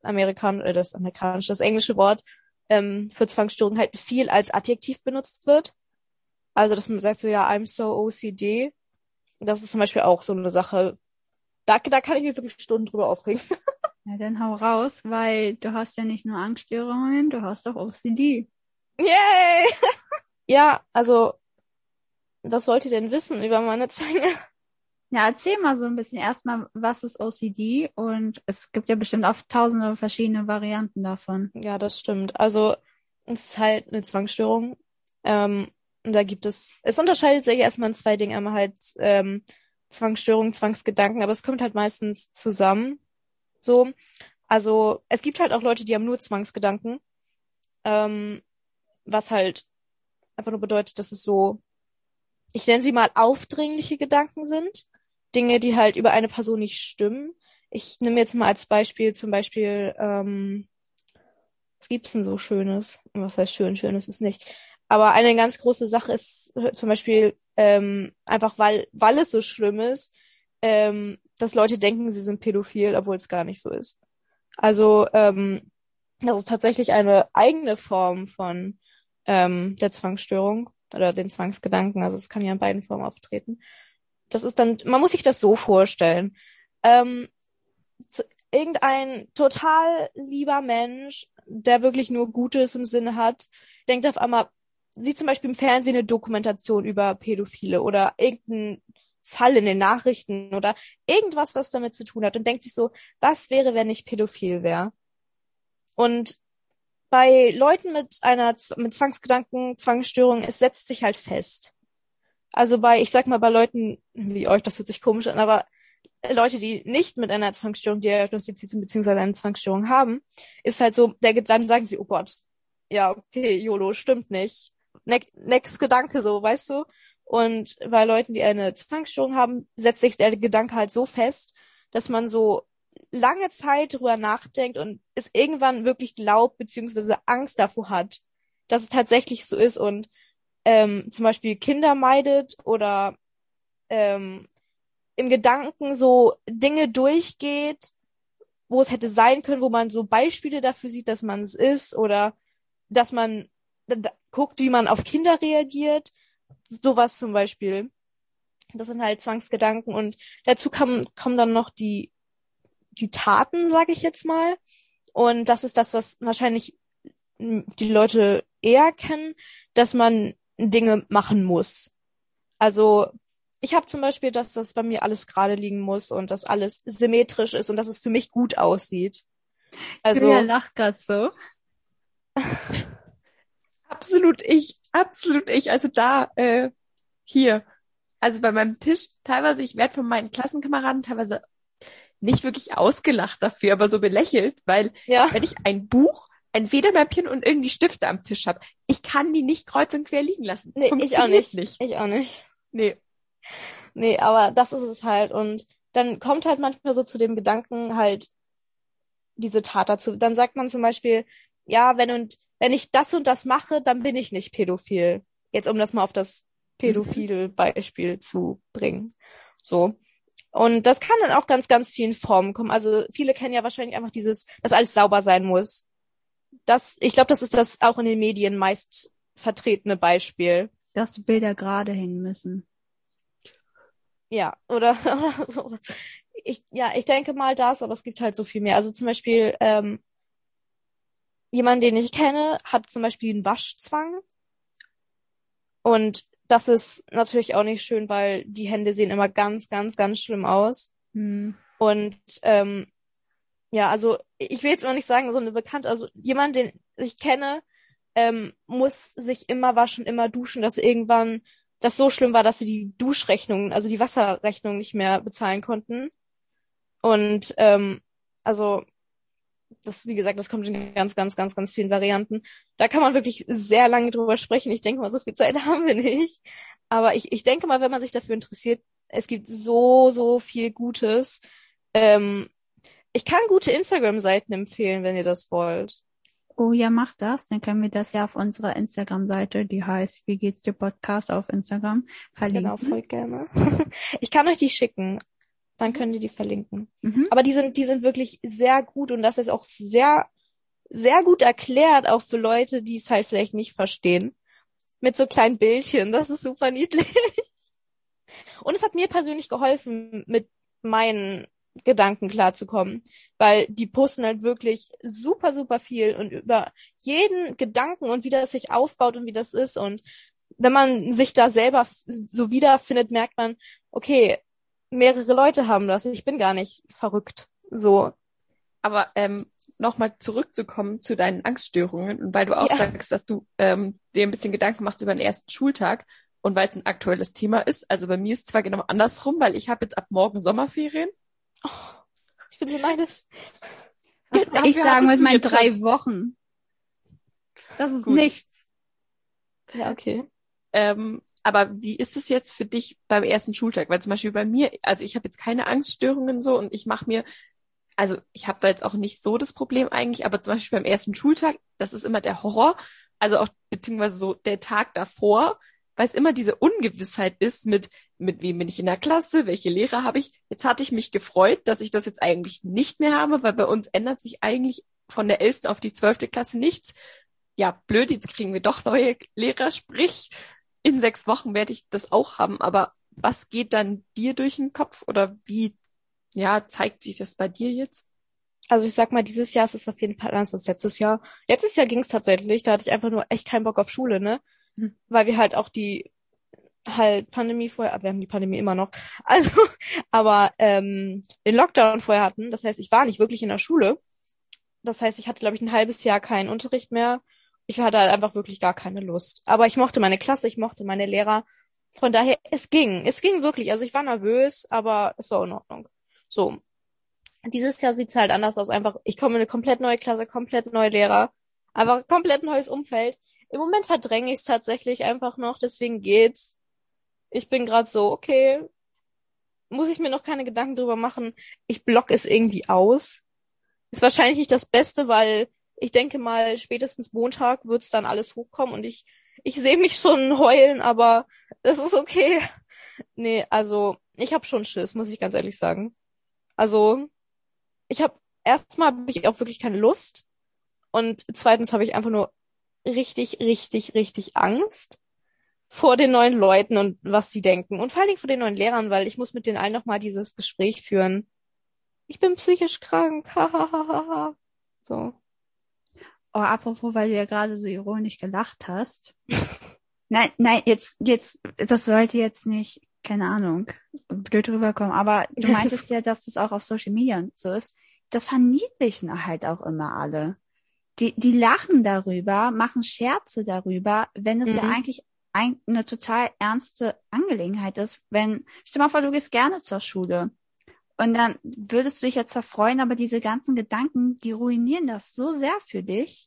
das englische Wort für Zwangsstörung halt viel als Adjektiv benutzt wird. Also, dass man sagt so, ja, I'm so OCD. Das ist zum Beispiel auch so eine Sache, da kann ich mich wirklich Stunden drüber aufregen. Ja, dann hau raus, weil du hast ja nicht nur Angststörungen, du hast auch OCD. Yay! Ja, also, was wollt ihr denn wissen über meine Zwänge? Ja, erzähl mal so ein bisschen erstmal, was ist OCD? Und es gibt ja bestimmt auch tausende verschiedene Varianten davon. Ja, das stimmt. Also, es ist halt eine Zwangsstörung. Und da es unterscheidet sich erstmal in zwei Dingen. Einmal halt Zwangsstörung, Zwangsgedanken, aber es kommt halt meistens zusammen. So. Also, es gibt halt auch Leute, die haben nur Zwangsgedanken. Was halt einfach nur bedeutet, dass es so, ich nenne sie mal aufdringliche Gedanken sind. Dinge, die halt über eine Person nicht stimmen. Ich nehme jetzt mal als Beispiel, zum Beispiel, was gibt's denn so Schönes? Was heißt schön? Schön ist es nicht. Aber eine ganz große Sache ist zum Beispiel einfach, weil es so schlimm ist, dass Leute denken, sie sind pädophil, obwohl es gar nicht so ist. Also das ist tatsächlich eine eigene Form von der Zwangsstörung oder den Zwangsgedanken. Also es kann ja in beiden Formen auftreten. Das ist dann, man muss sich das so vorstellen. Ähm, Irgendein total lieber Mensch, der wirklich nur Gutes im Sinne hat, denkt auf einmal, sieht zum Beispiel im Fernsehen eine Dokumentation über Pädophile oder irgendeinen Fall in den Nachrichten oder irgendwas, was damit zu tun hat und denkt sich so, was wäre, wenn ich pädophil wäre? Und bei Leuten mit Zwangsgedanken, Zwangsstörungen, es setzt sich halt fest. Also ich sag mal, bei Leuten wie euch, das hört sich komisch an, aber Leute, die nicht mit einer Zwangsstörung diagnostiziert sind, beziehungsweise eine Zwangsstörung haben, ist halt so, dann sagen sie, oh Gott, ja, okay, YOLO, stimmt nicht. Next Gedanke so, weißt du? Und bei Leuten, die eine Zwangsstörung haben, setzt sich der Gedanke halt so fest, dass man so lange Zeit drüber nachdenkt und es irgendwann wirklich glaubt, beziehungsweise Angst davor hat, dass es tatsächlich so ist und zum Beispiel Kinder meidet oder im Gedanken so Dinge durchgeht, wo es hätte sein können, wo man so Beispiele dafür sieht, dass man es ist oder dass man guckt, wie man auf Kinder reagiert. Sowas zum Beispiel. Das sind halt Zwangsgedanken und dazu kommen dann noch die Taten, sage ich jetzt mal. Und das ist das, was wahrscheinlich die Leute eher kennen, dass man Dinge machen muss. Also ich habe zum Beispiel, dass das bei mir alles gerade liegen muss und dass alles symmetrisch ist und dass es für mich gut aussieht. Also Julia lacht gerade so. Absolut ich. Also hier. Also bei meinem Tisch teilweise, ich werde von meinen Klassenkameraden teilweise nicht wirklich ausgelacht dafür, aber so belächelt, weil ja, wenn ich ein Buch, ein Federmäppchen und irgendwie Stifte am Tisch habe, ich kann die nicht kreuz und quer liegen lassen. nee, ich auch Funktioniert nicht. Ich auch nicht. Nee. Nee, aber das ist es halt. Und dann kommt halt manchmal so zu dem Gedanken halt diese Tat dazu. Dann sagt man zum Beispiel, ja, wenn ich das und das mache, dann bin ich nicht pädophil. Jetzt, um das mal auf das pädophile Beispiel zu bringen. So. Und das kann dann auch ganz, ganz vielen Formen kommen. Also viele kennen ja wahrscheinlich einfach dass alles sauber sein muss. Ich glaube, das ist das auch in den Medien meist vertretene Beispiel. Dass die Bilder gerade hängen müssen. Ja, oder so. Ich denke mal das, aber es gibt halt so viel mehr. Also zum Beispiel, jemand, den ich kenne, hat zum Beispiel einen Waschzwang. Und das ist natürlich auch nicht schön, weil die Hände sehen immer ganz, ganz, ganz schlimm aus. Hm. Und ja, also ich will jetzt mal nicht sagen, so eine Bekannte, also jemand, den ich kenne, muss sich immer waschen, immer duschen, dass irgendwann das so schlimm war, dass sie die Duschrechnung, also die Wasserrechnung nicht mehr bezahlen konnten. Und also das, wie gesagt, das kommt in ganz, ganz, ganz, ganz vielen Varianten. Da kann man wirklich sehr lange drüber sprechen. Ich denke mal, so viel Zeit haben wir nicht. Aber ich denke mal, wenn man sich dafür interessiert, es gibt so, so viel Gutes. Ich kann gute Instagram-Seiten empfehlen, wenn ihr das wollt. Oh ja, mach das. Dann können wir das ja auf unserer Instagram-Seite, die heißt Wie geht's dir Podcast auf Instagram, Genau, verlinken. voll gerne. Ich kann euch die schicken. Dann könnt ihr die verlinken. Mhm. Aber die sind wirklich sehr gut und das ist auch sehr, sehr gut erklärt, auch für Leute, die es halt vielleicht nicht verstehen. Mit so kleinen Bildchen. Das ist super niedlich. Und es hat mir persönlich geholfen, mit meinen Gedanken klarzukommen, weil die posten halt wirklich super, super viel und über jeden Gedanken und wie das sich aufbaut und wie das ist. Und wenn man sich da selber so wiederfindet, merkt man, okay, mehrere Leute haben das. Ich bin gar nicht verrückt. So. Aber nochmal zurückzukommen zu deinen Angststörungen und weil du auch Ja. sagst, dass du dir ein bisschen Gedanken machst über den ersten Schultag und weil es ein aktuelles Thema ist. Also bei mir ist es zwar genau andersrum, weil ich habe jetzt ab morgen Sommerferien. Oh, ich bin so neidisch. Was soll Dafür ich sagen hattest mit du meinen jetzt 3 Wochen? Das ist Gut. nichts. Ja, okay. Aber wie ist es jetzt für dich beim ersten Schultag? Weil zum Beispiel bei mir, also ich habe jetzt keine Angststörungen so und ich mache mir, also ich habe da jetzt auch nicht so das Problem eigentlich, aber zum Beispiel beim ersten Schultag, das ist immer der Horror, also auch beziehungsweise so der Tag davor, weil es immer diese Ungewissheit ist mit wem bin ich in der Klasse, welche Lehrer habe ich. Jetzt hatte ich mich gefreut, dass ich das jetzt eigentlich nicht mehr habe, weil bei uns ändert sich eigentlich von der 11. auf die 12. Klasse nichts. Ja, blöd, jetzt kriegen wir doch neue Lehrer, sprich, in 6 Wochen werde ich das auch haben, aber was geht dann dir durch den Kopf oder wie, ja, zeigt sich das bei dir jetzt? Also ich sag mal, dieses Jahr ist es auf jeden Fall anders als letztes Jahr. Letztes Jahr ging es tatsächlich, da hatte ich einfach nur echt keinen Bock auf Schule, ne? Hm. Weil wir halt auch die Pandemie vorher, wir haben die Pandemie immer noch, also, aber den Lockdown vorher hatten. Das heißt, ich war nicht wirklich in der Schule. Das heißt, ich hatte, glaube ich, ein halbes Jahr keinen Unterricht mehr. Ich hatte halt einfach wirklich gar keine Lust. Aber ich mochte meine Klasse, ich mochte meine Lehrer. Von daher, es ging wirklich. Also ich war nervös, aber es war in Ordnung. So. Dieses Jahr sieht's halt anders aus. Einfach, ich komme in eine komplett neue Klasse, komplett neue Lehrer. Einfach komplett neues Umfeld. Im Moment verdränge ich es tatsächlich einfach noch, deswegen geht's. Ich bin gerade so, okay, muss ich mir noch keine Gedanken drüber machen. Ich block es irgendwie aus. Ist wahrscheinlich nicht das Beste, weil ich denke mal, spätestens Montag wird's dann alles hochkommen und ich sehe mich schon heulen, aber das ist okay. Nee, also ich habe schon Schiss, muss ich ganz ehrlich sagen. Also erstmal habe ich auch wirklich keine Lust und zweitens habe ich einfach nur richtig, richtig, richtig Angst vor den neuen Leuten und was die denken und vor allen Dingen vor den neuen Lehrern, weil ich muss mit denen allen nochmal dieses Gespräch führen. Ich bin psychisch krank, hahaha. So. Oh, apropos, weil du ja gerade so ironisch gelacht hast. Nein, jetzt, das sollte jetzt nicht, keine Ahnung, blöd rüberkommen, aber du meintest ja, dass das auch auf Social Media und so ist. Das verniedlichen halt auch immer alle. Die lachen darüber, machen Scherze darüber, wenn es ja eigentlich eine total ernste Angelegenheit ist. Stell mal vor, du gehst gerne zur Schule. Und dann würdest du dich jetzt zwar freuen, aber diese ganzen Gedanken, die ruinieren das so sehr für dich.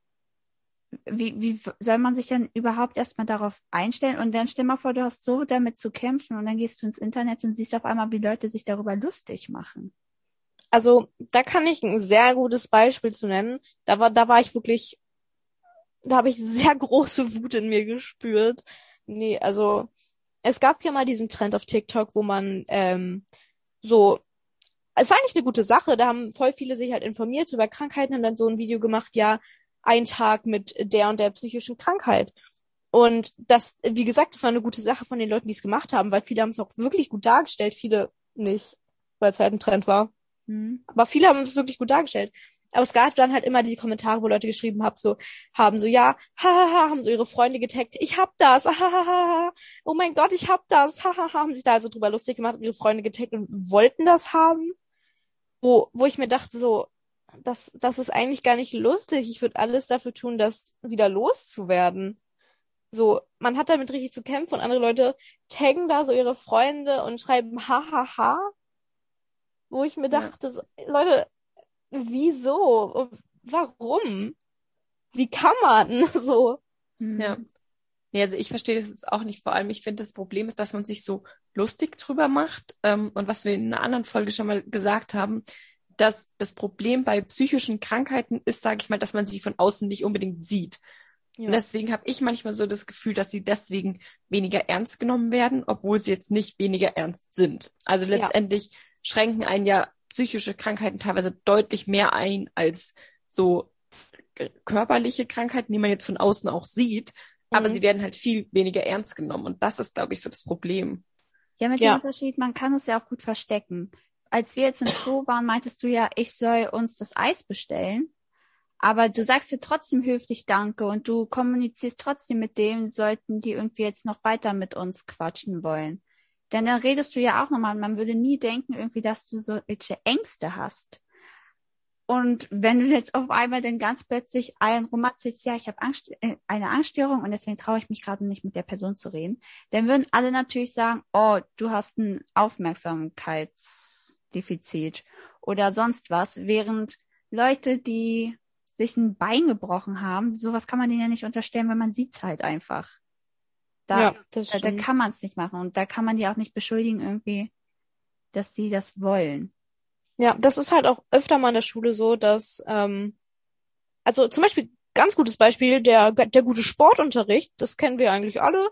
Wie soll man sich denn überhaupt erstmal darauf einstellen? Und dann stell mal vor, du hast so damit zu kämpfen und dann gehst du ins Internet und siehst auf einmal, wie Leute sich darüber lustig machen. Also, da kann ich ein sehr gutes Beispiel zu nennen. Da war ich wirklich, da habe ich sehr große Wut in mir gespürt. Nee, also, es gab ja mal diesen Trend auf TikTok, wo man so, es war eigentlich eine gute Sache. Da haben voll viele sich halt informiert über Krankheiten, haben dann so ein Video gemacht, ja, ein Tag mit der und der psychischen Krankheit. Und das, wie gesagt, das war eine gute Sache von den Leuten, die es gemacht haben, weil viele haben es auch wirklich gut dargestellt, viele nicht, weil es halt ein Trend war. Aber viele haben es wirklich gut dargestellt. Aber es gab dann halt immer die Kommentare, wo Leute geschrieben haben so, ja, hahaha, haben so ihre Freunde getaggt, ich hab das, hahaha, oh mein Gott, ich hab das, hahaha, haben sich da also drüber lustig gemacht und ihre Freunde getaggt und wollten das haben. Wo ich mir dachte, so, das ist eigentlich gar nicht lustig. Ich würde alles dafür tun, das wieder loszuwerden. So, man hat damit richtig zu kämpfen und andere Leute taggen da so ihre Freunde und schreiben hahaha, wo ich mir Ja. dachte, so, Leute, wieso? Und warum? Wie kann man so? Ja. Nee, also ich verstehe das jetzt auch nicht. Vor allem, ich finde, das Problem ist, dass man sich so lustig drüber macht. Und was wir in einer anderen Folge schon mal gesagt haben, dass das Problem bei psychischen Krankheiten ist, sage ich mal, dass man sie von außen nicht unbedingt sieht. Ja. Und deswegen habe ich manchmal so das Gefühl, dass sie deswegen weniger ernst genommen werden, obwohl sie jetzt nicht weniger ernst sind. Also Ja. letztendlich schränken einen ja psychische Krankheiten teilweise deutlich mehr ein als so körperliche Krankheiten, die man jetzt von außen auch sieht. Aber sie werden halt viel weniger ernst genommen. Und das ist, glaube ich, so das Problem. Ja, mit Ja. dem Unterschied, man kann es ja auch gut verstecken. Als wir jetzt im Zoo waren, meintest du ja, ich soll uns das Eis bestellen. Aber du sagst dir trotzdem höflich Danke und du kommunizierst trotzdem mit dem, sollten die irgendwie jetzt noch weiter mit uns quatschen wollen. Denn dann redest du ja auch nochmal, man würde nie denken irgendwie, dass du so welche Ängste hast. Und wenn du jetzt auf einmal dann ganz plötzlich allen rum erzählst, ja, ich habe eine Angststörung und deswegen traue ich mich gerade nicht mit der Person zu reden, dann würden alle natürlich sagen, oh, du hast ein Aufmerksamkeitsdefizit oder sonst was, während Leute, die sich ein Bein gebrochen haben, sowas kann man denen ja nicht unterstellen, weil man sieht's halt einfach. Ja, das Da stimmt. kann man es nicht machen und da kann man die auch nicht beschuldigen irgendwie, dass sie das wollen. Ja, das ist halt auch öfter mal in der Schule so, dass, also zum Beispiel, ganz gutes Beispiel, der gute Sportunterricht, das kennen wir eigentlich alle.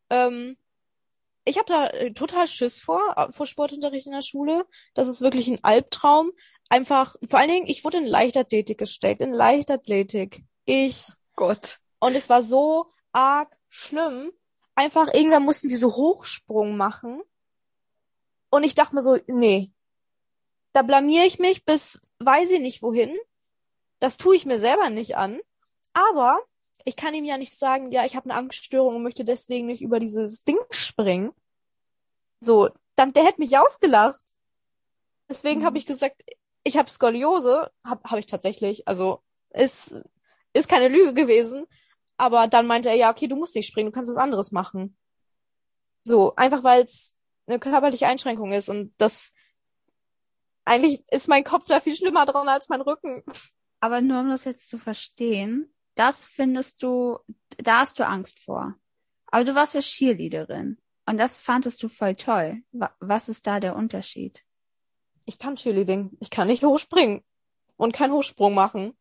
Ich habe da total Schiss vor Sportunterricht in der Schule. Das ist wirklich ein Albtraum. Einfach, vor allen Dingen, ich wurde in Leichtathletik gesteckt, in Leichtathletik. Gott. Und es war so arg schlimm. Einfach, irgendwann mussten die so Hochsprung machen. Und ich dachte mir so, nee, da blamier ich mich bis weiß ich nicht wohin. Das tue ich mir selber nicht an. Aber ich kann ihm ja nicht sagen, ja, ich habe eine Angststörung und möchte deswegen nicht über dieses Ding springen. So, dann der hätte mich ausgelacht. Deswegen habe ich gesagt, ich habe Skoliose, hab ich tatsächlich, also ist keine Lüge gewesen, aber dann meinte er, ja, okay, du musst nicht springen, du kannst was anderes machen. So, einfach weil es eine körperliche Einschränkung ist und das eigentlich ist mein Kopf da viel schlimmer dran als mein Rücken. Aber nur um das jetzt zu verstehen, das findest du, da hast du Angst vor. Aber du warst ja Cheerleaderin und das fandest du voll toll. Was ist da der Unterschied? Ich kann Cheerleading, ich kann nicht hochspringen und keinen Hochsprung machen.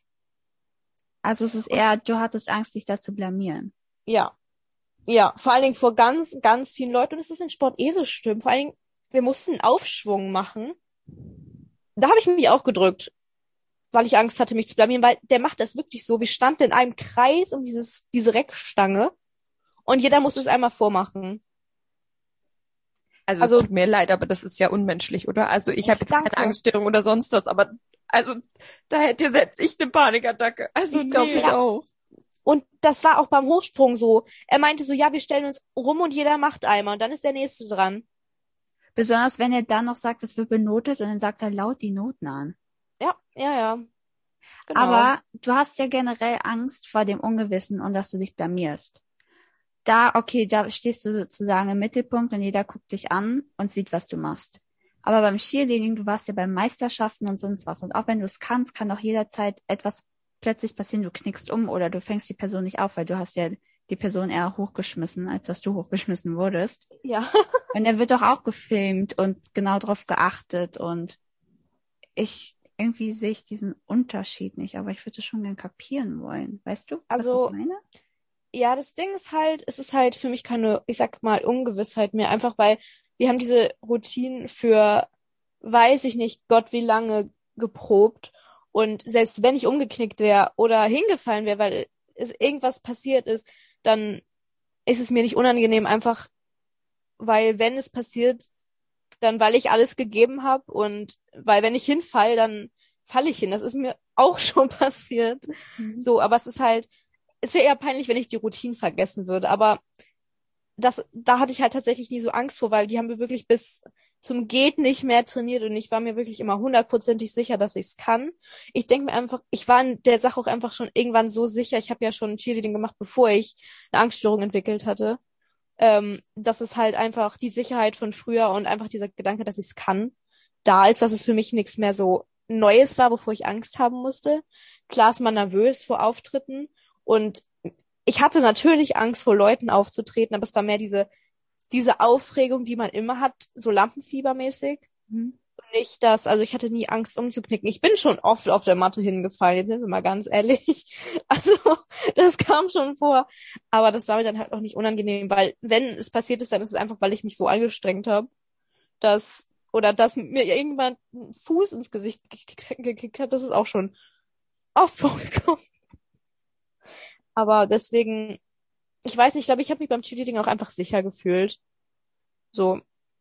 Also es ist eher, du hattest Angst, dich da zu blamieren. Ja. Ja, vor allen Dingen vor ganz, ganz vielen Leuten. Und es ist in Sport eh so schlimm. Vor allen Dingen, wir mussten einen Aufschwung machen. Da habe ich mich auch gedrückt, weil ich Angst hatte, mich zu blamieren, weil der macht das wirklich so. Wir standen in einem Kreis um diese Reckstange und jeder musste es einmal vormachen. Also tut mir leid, aber das ist ja unmenschlich, oder? Also ich habe jetzt Danke. keine Angststörung oder sonst was, aber also da hätte selbst ich eine Panikattacke. Also Ich glaub, nee, ja. auch. Und das war auch beim Hochsprung so. Er meinte so, ja, wir stellen uns rum und jeder macht einmal und dann ist der Nächste dran. Besonders wenn er dann noch sagt, es wird benotet und dann sagt er laut die Noten an. Ja. Genau. Aber du hast ja generell Angst vor dem Ungewissen und dass du dich blamierst. Da stehst du sozusagen im Mittelpunkt und jeder guckt dich an und sieht, was du machst. Aber beim Cheerleading, du warst ja bei Meisterschaften und sonst was. Und auch wenn du es kannst, kann auch jederzeit etwas plötzlich passieren. Du knickst um oder du fängst die Person nicht auf, weil du hast ja die Person eher hochgeschmissen, als dass du hochgeschmissen wurdest. Ja. Und er wird doch auch gefilmt und genau drauf geachtet. Und irgendwie sehe ich diesen Unterschied nicht, aber ich würde es schon gern kapieren wollen. Weißt du, Also, was ich meine? Ja, das Ding ist halt, es ist halt für mich keine, ich sag mal, Ungewissheit mehr, einfach weil wir haben diese Routinen für weiß ich nicht, Gott, wie lange geprobt. Und selbst wenn ich umgeknickt wäre oder hingefallen wäre, weil es irgendwas passiert ist, dann ist es mir nicht unangenehm, einfach weil wenn es passiert, dann weil ich alles gegeben habe und weil wenn ich hinfall, dann falle ich hin. Das ist mir auch schon passiert. So, aber es wäre eher peinlich, wenn ich die Routinen vergessen würde. Aber da hatte ich halt tatsächlich nie so Angst vor, weil die haben wir wirklich bis zum Geht nicht mehr trainiert und ich war mir wirklich immer 100%ig sicher, dass ich es kann. Ich denke mir einfach, ich war in der Sache auch einfach schon irgendwann so sicher. Ich habe ja schon Cheerleading gemacht, bevor ich eine Angststörung entwickelt hatte. Dass es halt einfach die Sicherheit von früher und einfach dieser Gedanke, dass ich es kann, da ist, dass es für mich nichts mehr so Neues war, bevor ich Angst haben musste. Klar ist man nervös vor Auftritten und ich hatte natürlich Angst, vor Leuten aufzutreten, aber es war mehr diese Aufregung, die man immer hat, so Lampenfiebermäßig. Mhm. Und nicht also ich hatte nie Angst umzuknicken. Ich bin schon oft auf der Matte hingefallen, jetzt sind wir mal ganz ehrlich. Also, das kam schon vor. Aber das war mir dann halt auch nicht unangenehm, weil wenn es passiert ist, dann ist es einfach, weil ich mich so angestrengt habe, dass mir irgendwann ein Fuß ins Gesicht gekickt hat. Das ist auch schon oft vorgekommen. Aber deswegen, ich weiß nicht, ich glaube, ich habe mich beim Cheerleading auch einfach sicher gefühlt. So,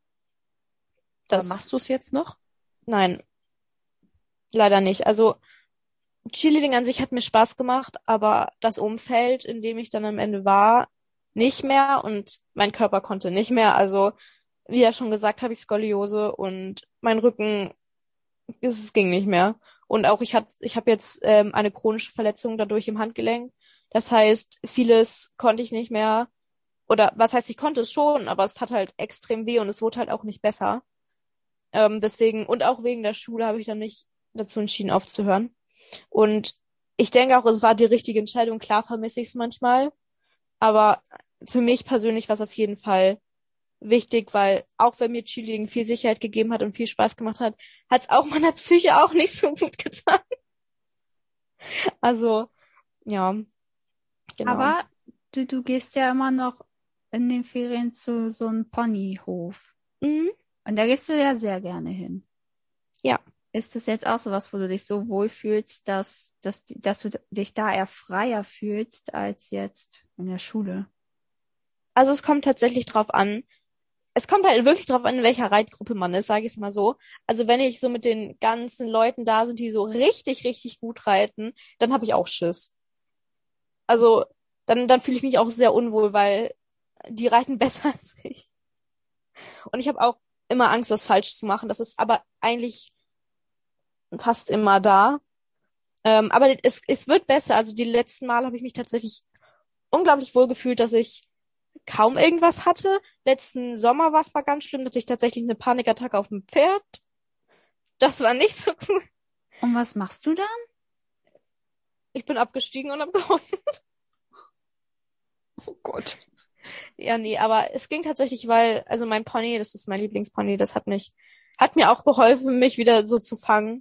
Aber machst du es jetzt noch? nein, leider nicht. Also, Cheerleading an sich hat mir Spaß gemacht, aber das Umfeld, in dem ich dann am Ende war, nicht mehr und mein Körper konnte nicht mehr. Also, wie ja schon gesagt, habe ich Skoliose und mein Rücken, es ging nicht mehr. Und auch ich habe jetzt eine chronische Verletzung dadurch im Handgelenk. Das heißt, vieles konnte ich nicht mehr. Oder was heißt, ich konnte es schon, aber es tat halt extrem weh und es wurde halt auch nicht besser. Deswegen, und auch wegen der Schule habe ich dann nicht dazu entschieden, aufzuhören. Und ich denke auch, es war die richtige Entscheidung. Klar vermisse ich es manchmal, aber für mich persönlich war es auf jeden Fall wichtig, weil auch wenn mir Cheerleading viel Sicherheit gegeben hat und viel Spaß gemacht hat, hat es auch meiner Psyche auch nicht so gut getan. Also, ja, genau. Aber du gehst ja immer noch in den Ferien zu so einem Ponyhof. Mhm. Und da gehst du ja sehr gerne hin. Ja. Ist das jetzt auch so was, wo du dich so wohlfühlst, dass du dich da eher freier fühlst als jetzt in der Schule? Also es kommt tatsächlich drauf an. Es kommt halt wirklich drauf an, in welcher Reitgruppe man ist, sage ich es mal so. Also wenn ich so mit den ganzen Leuten da sind, die so richtig, richtig gut reiten, dann habe ich auch Schiss. Also dann fühle ich mich auch sehr unwohl, weil die reiten besser als ich. Und ich habe auch immer Angst, das falsch zu machen. Das ist aber eigentlich fast immer da. Aber es wird besser. Also die letzten Mal habe ich mich tatsächlich unglaublich wohl gefühlt, dass ich kaum irgendwas hatte. Letzten Sommer war es mal ganz schlimm, da hatte ich tatsächlich eine Panikattacke auf dem Pferd. Das war nicht so cool. Und was machst du dann? Ich bin abgestiegen und hab geheult. Oh Gott. Ja, nee, aber es ging tatsächlich, weil, also mein Pony, das ist mein Lieblingspony, das hat mir auch geholfen, mich wieder so zu fangen.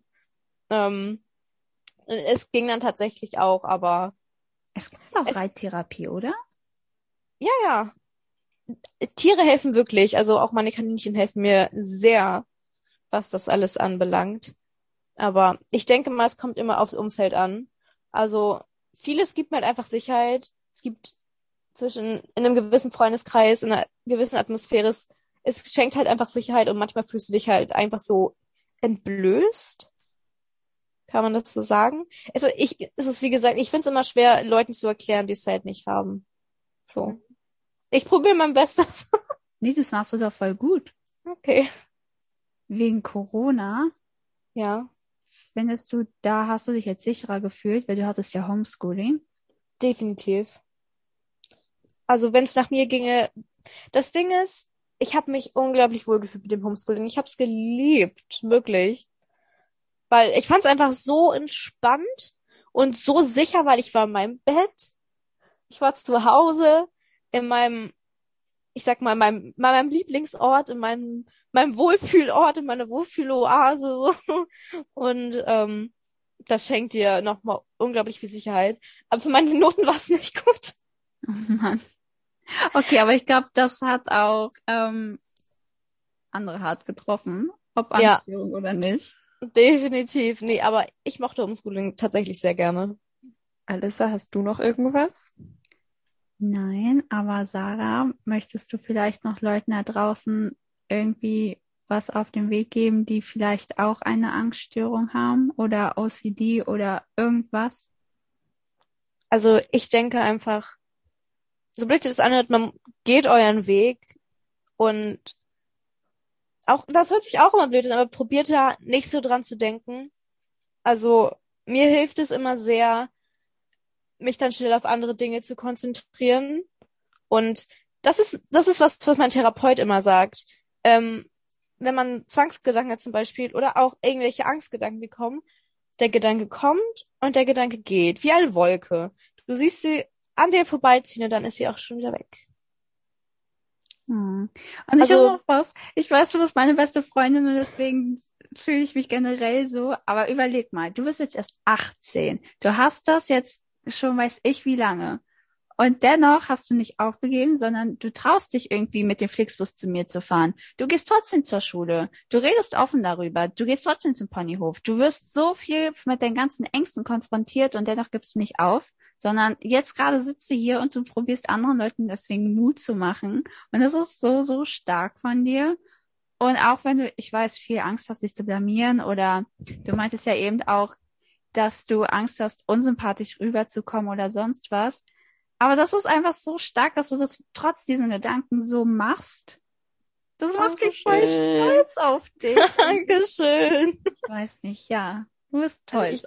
Es ging dann tatsächlich auch, aber Es gibt auch Reittherapie, oder? ja, Tiere helfen wirklich. Also auch meine Kaninchen helfen mir sehr, was das alles anbelangt. Aber ich denke mal, es kommt immer aufs Umfeld an. Also vieles gibt mir halt einfach Sicherheit. Es gibt in einem gewissen Freundeskreis, in einer gewissen Atmosphäre, es schenkt halt einfach Sicherheit und manchmal fühlst du dich halt einfach so entblößt. Kann man das so sagen? Es ist wie gesagt, ich finde es immer schwer, Leuten zu erklären, die es halt nicht haben. So. Ich probiere mein Bestes. Nee, das machst du doch voll gut. Okay. Wegen Corona, Ja, findest du, da hast du dich jetzt sicherer gefühlt, weil du hattest ja Homeschooling. definitiv. Also wenn es nach mir ginge, das Ding ist, ich habe mich unglaublich wohl gefühlt mit dem Homeschooling. Ich habe es geliebt, wirklich. Weil ich fand es einfach so entspannt und so sicher, weil ich war in meinem Bett. Ich war zu Hause in meinem, ich sag mal, meinem Lieblingsort, in meinem Wohlfühlort, in meiner Wohlfühloase, so. Und das schenkt dir nochmal unglaublich viel Sicherheit. Aber für meine Noten war es nicht gut. Oh Mann. Okay, aber ich glaube, das hat auch andere hart getroffen. ob Ja. Anstörung oder nicht. Definitiv. Nee, aber ich mochte Homeschooling tatsächlich sehr gerne. Alissa, hast du noch irgendwas? Nein, aber Sarah, möchtest du vielleicht noch Leuten da draußen irgendwie was auf den Weg geben, die vielleicht auch eine Angststörung haben oder OCD oder irgendwas? Also ich denke einfach, so blöd sich das anhört, man geht euren Weg und auch, das hört sich auch immer blöd an, aber probiert da nicht so dran zu denken. Also mir hilft es immer sehr, mich dann schnell auf andere Dinge zu konzentrieren. Und das ist was mein Therapeut immer sagt. Wenn man Zwangsgedanken hat zum Beispiel oder auch irgendwelche Angstgedanken bekommen, der Gedanke kommt und der Gedanke geht, wie eine Wolke. Du siehst sie an dir vorbeiziehen und dann ist sie auch schon wieder weg. Und ich Also- habe noch was. Ich weiß, du bist meine beste Freundin und deswegen fühle ich mich generell so. Aber überleg mal, du bist jetzt erst 18. Du hast das jetzt schon weiß ich wie lange. Und dennoch hast du nicht aufgegeben, sondern du traust dich irgendwie mit dem Flixbus zu mir zu fahren. Du gehst trotzdem zur Schule. Du redest offen darüber. Du gehst trotzdem zum Ponyhof. Du wirst so viel mit deinen ganzen Ängsten konfrontiert und dennoch gibst du nicht auf, sondern jetzt gerade sitzt du hier und du probierst anderen Leuten deswegen Mut zu machen. Und das ist so, so stark von dir. Und auch wenn du, ich weiß, viel Angst hast, dich zu blamieren oder du meintest ja eben auch, dass du Angst hast, unsympathisch rüberzukommen oder sonst was. Aber das ist einfach so stark, dass du das trotz diesen Gedanken so machst. Das macht mich voll Dankeschön. stolz auf dich. Dankeschön. Ich weiß nicht, ja. Du bist toll, Also ich-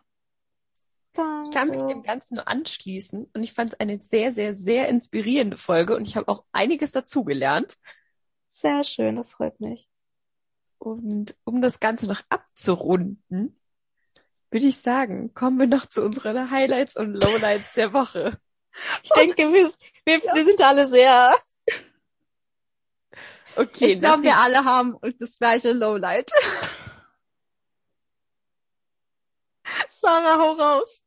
Sarah. Ich kann mich dem Ganzen nur anschließen und ich fand es eine sehr, sehr, sehr inspirierende Folge und ich habe auch einiges dazugelernt. Sehr schön, das freut mich. Und um das Ganze noch abzurunden, würde ich sagen, kommen wir noch zu unseren Highlights und Lowlights der Woche. Ich denke, wir sind alle sehr... Okay, Ich glaube, wir nachdem- alle haben das gleiche Lowlight. Sarah, hau raus.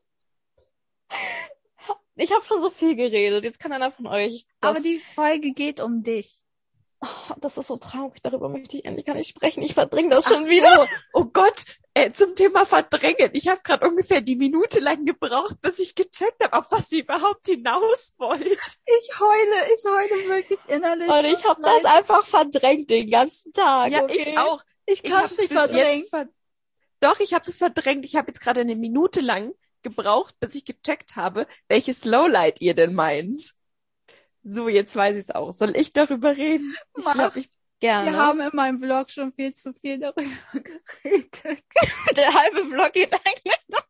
Ich habe schon so viel geredet. Jetzt kann einer von euch Aber die Folge geht um dich. das ist so traurig. Darüber möchte ich endlich gar nicht sprechen. Ich verdränge das schon wieder. So, oh Gott, zum Thema Verdrängen. Ich habe gerade ungefähr die Minute lang gebraucht, bis ich gecheckt habe, auf was sie überhaupt hinaus wollt. Ich heule wirklich innerlich. Und ich habe das einfach verdrängt den ganzen Tag. Ja, okay? ich auch. Ich Ich kann habe es nicht bis verdrängen. jetzt Doch, ich habe das verdrängt. Ich habe jetzt gerade eine Minute lang gebraucht, bis ich gecheckt habe, welches Lowlight ihr denn meint. So, jetzt weiß ich es auch. Soll ich darüber reden? Ich Mach. glaube, ich Gerne. Wir haben in meinem Vlog schon viel zu viel darüber geredet. Der halbe Vlog geht eigentlich.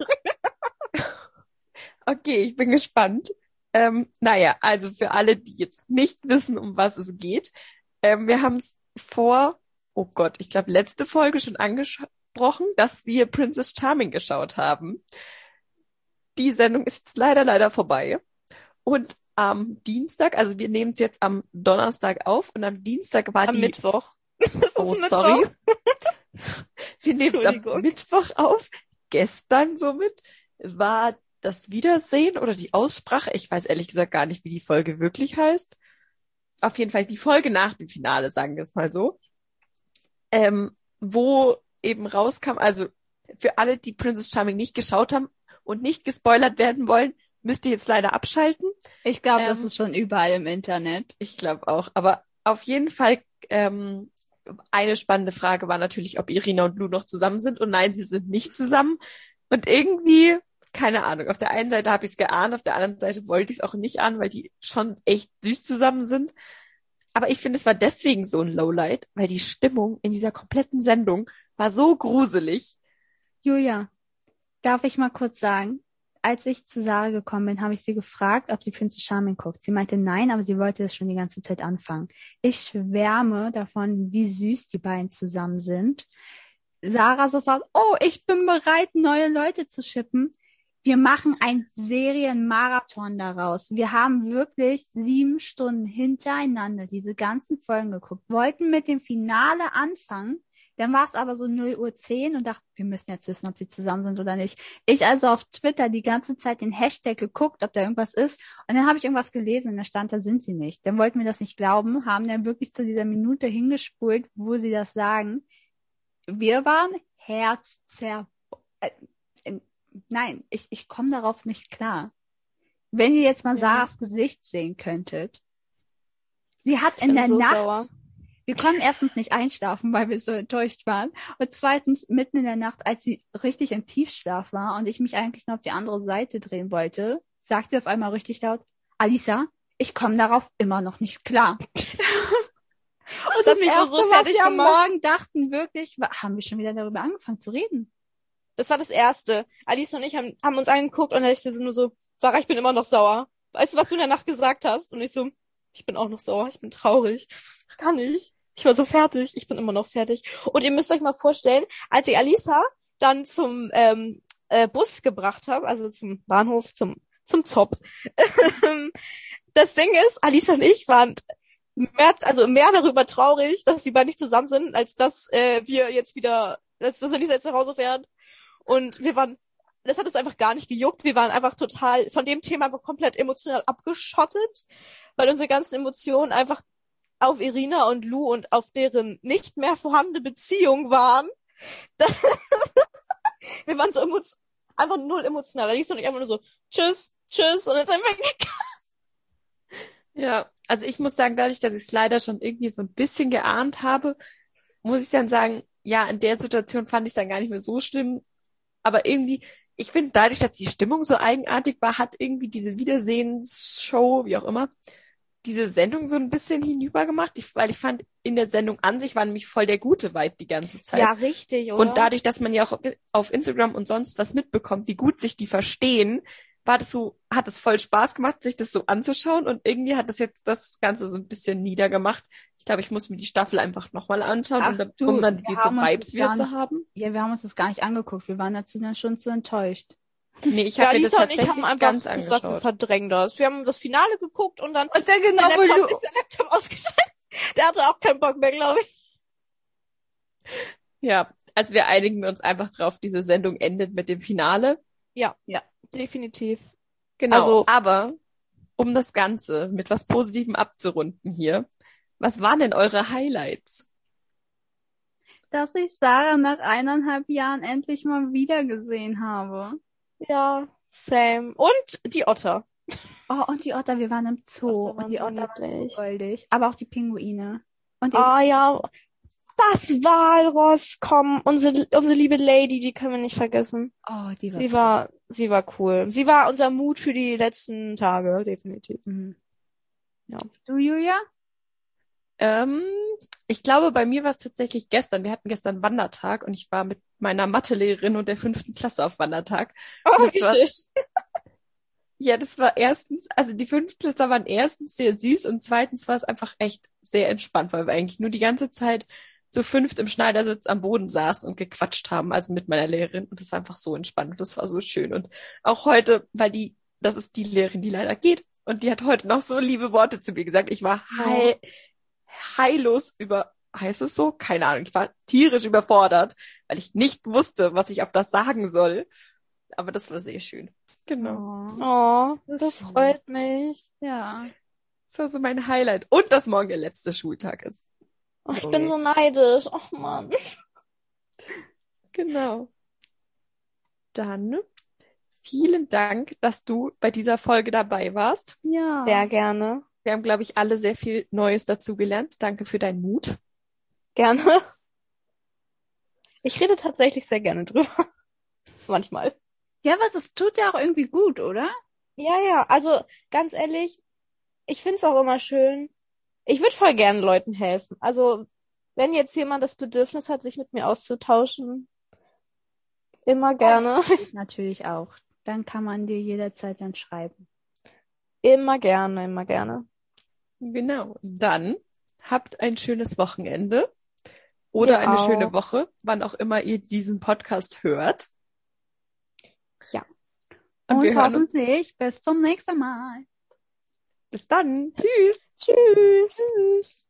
Okay, ich bin gespannt. Naja, also für alle, die jetzt nicht wissen, um was es geht, wir haben es oh Gott, ich glaube, letzte Folge schon angesprochen, dass wir Princess Charming geschaut haben. Die Sendung ist jetzt leider vorbei. Und am Dienstag, also wir nehmen es jetzt am Donnerstag auf und am Dienstag war Am die... Mittwoch. Das ist Oh, Mittwoch. sorry. Wir nehmen es am Entschuldigung. Mittwoch auf. Gestern somit war das Wiedersehen oder die Aussprache. Ich weiß ehrlich gesagt gar nicht, wie die Folge wirklich heißt. Auf jeden Fall die Folge nach dem Finale, sagen wir es mal so. Wo eben rauskam, also für alle, die Princess Charming nicht geschaut haben und nicht gespoilert werden wollen, müsst ihr jetzt leider abschalten. Ich glaube, das Ähm, ist schon überall im Internet. Ich glaube auch. Aber auf jeden Fall, eine spannende Frage war natürlich, ob Irina und Lou noch zusammen sind. Und nein, sie sind nicht zusammen. Und irgendwie, keine Ahnung, auf der einen Seite habe ich es geahnt, auf der anderen Seite wollte ich es auch nicht ahnen, weil die schon echt süß zusammen sind. Aber ich finde, es war deswegen so ein Lowlight, weil die Stimmung in dieser kompletten Sendung war so gruselig. Julia, darf ich mal kurz sagen, als ich zu Sarah gekommen bin, habe ich sie gefragt, ob sie Princess Charming guckt. Sie meinte nein, aber sie wollte es schon die ganze Zeit anfangen. Ich schwärme davon, wie süß die beiden zusammen sind. Sarah sofort, oh, ich bin bereit, neue Leute zu shippen. Wir machen einen Serienmarathon daraus. Wir haben wirklich 7 Stunden hintereinander diese ganzen Folgen geguckt, wollten mit dem Finale anfangen. Dann war es aber so 0:10 Uhr und dachte, wir müssen jetzt wissen, ob sie zusammen sind oder nicht. Ich also auf Twitter die ganze Zeit den Hashtag geguckt, ob da irgendwas ist. Und dann habe ich irgendwas gelesen und da stand, da sind sie nicht. Dann wollten wir das nicht glauben, haben dann wirklich zu dieser Minute hingespult, wo sie das sagen. wir waren nein, ich komme darauf nicht klar. Wenn ihr jetzt mal Ja. Sarahs Gesicht sehen könntet. Sie hat Ich in bin der so Nacht, sauer. wir konnten erstens nicht einschlafen, weil wir so enttäuscht waren. Und zweitens, mitten in der Nacht, als sie richtig im Tiefschlaf war und ich mich eigentlich nur auf die andere Seite drehen wollte, sagt sie auf einmal richtig laut, Alisa, ich komme darauf immer noch nicht klar. Und Das hat mich so was fertig wir am gemacht. Morgen dachten, wirklich, haben wir schon wieder darüber angefangen zu reden. Das war das Erste. Alice und ich haben uns angeguckt und ich so nur so, Sarah, ich bin immer noch sauer. Weißt du, was du in der Nacht gesagt hast? Und ich so, ich bin auch noch sauer, ich bin traurig. Ich kann nicht. Ich war so fertig, ich bin immer noch fertig. Und ihr müsst euch mal vorstellen, als ich Alisa dann zum Bus gebracht habe, also zum Bahnhof, zum Zopp. Das Ding ist, Alisa und ich waren mehr darüber traurig, dass die beiden nicht zusammen sind, als dass dass Alisa jetzt nach Hause fährt. Und das hat uns einfach gar nicht gejuckt. Wir waren einfach total von dem Thema einfach komplett emotional abgeschottet, weil unsere ganzen Emotionen einfach auf Irina und Lou und auf deren nicht mehr vorhandene Beziehung waren. Wir waren so einfach null emotional. Alisa und ich einfach nur so, tschüss, tschüss, und jetzt sind wir weggegangen. Ja, also ich muss sagen, dadurch, dass ich es leider schon irgendwie so ein bisschen geahnt habe, muss ich dann sagen, ja, in der Situation fand ich es dann gar nicht mehr so schlimm. Aber irgendwie, ich finde, dadurch, dass die Stimmung so eigenartig war, hat irgendwie diese Wiedersehensshow, wie auch immer, diese Sendung so ein bisschen hinübergemacht. Weil ich fand, in der Sendung an sich war nämlich voll der gute Vibe die ganze Zeit. Ja, richtig, oder? Und dadurch, dass man ja auch auf Instagram und sonst was mitbekommt, wie gut sich die verstehen, hat es voll Spaß gemacht, sich das so anzuschauen, und irgendwie hat das jetzt das Ganze so ein bisschen niedergemacht. Ich glaube, ich muss mir die Staffel einfach nochmal anschauen, um dann diese Vibes wieder zu haben. Ja, wir haben uns das gar nicht angeguckt. Wir waren dazu dann schon zu enttäuscht. Nee, ich habe mir das Alisa und ich tatsächlich haben einfach ganz gesagt, angeschaut. wir verdrängen das. Wir haben das Finale geguckt und dann Und dann genau, ist der Laptop ausgeschaltet. Der hatte auch keinen Bock mehr, glaube ich. Ja, also wir einigen uns einfach drauf, diese Sendung endet mit dem Finale. Ja, definitiv. Genau, Also, aber um das Ganze mit was Positivem abzurunden hier, was waren denn eure Highlights? dass ich Sarah nach 1,5 Jahren endlich mal wiedergesehen habe. ja, same. Und die Otter. Oh, und die Otter, wir waren im Zoo. Otter waren Und die so Otter waren niedlich. so goldig. Aber auch die Pinguine. Und Ah ja, das Walross, komm, unsere liebe Lady, die können wir nicht vergessen. die Sie war cool. Sie war unser Mut für die letzten Tage, definitiv. Mhm. Ja. Du, Julia? Ich glaube, bei mir war es tatsächlich gestern. Wir hatten gestern Wandertag und ich war mit meiner Mathelehrerin und der 5. Klasse auf Wandertag. Oh, Und wie das war- schön. Ja, das war erstens, also die 5. Klasse waren erstens sehr süß und zweitens war es einfach echt sehr entspannt, weil wir eigentlich nur die ganze Zeit zu 5 im Schneidersitz am Boden saßen und gequatscht haben, also mit meiner Lehrerin, und das war einfach so entspannt und das war so schön. Und auch heute, weil das ist die Lehrerin, die leider geht, und die hat heute noch so liebe Worte zu mir gesagt. Ich war heillos heißt es so? Keine Ahnung. Ich war tierisch überfordert, weil ich nicht wusste, was ich auf das sagen soll. Aber das war sehr schön. Genau. Oh, Das das ist schön. freut mich. Ja. Das war so mein Highlight. Und dass morgen der letzte Schultag ist. Oh, ich bin so neidisch. Oh Mann. Genau. Dann vielen Dank, dass du bei dieser Folge dabei warst. Ja. Sehr gerne. Wir haben, glaube ich, alle sehr viel Neues dazugelernt. Danke für deinen Mut. Gerne. Ich rede tatsächlich sehr gerne drüber. Manchmal. Ja, aber das tut ja auch irgendwie gut, oder? Ja, also ganz ehrlich, ich find's auch immer schön. Ich würde voll gerne Leuten helfen. Also, wenn jetzt jemand das Bedürfnis hat, sich mit mir auszutauschen, immer gerne. Ich natürlich auch. Dann kann man dir jederzeit dann schreiben. Immer gerne, immer gerne. Genau. Dann habt ein schönes Wochenende oder Ihr eine auch. schöne Woche, wann auch immer ihr diesen Podcast hört. Ja. Und wir hören uns. hoffentlich bis zum nächsten Mal. Bis dann. Tschüss. Tschüss. Tschüss.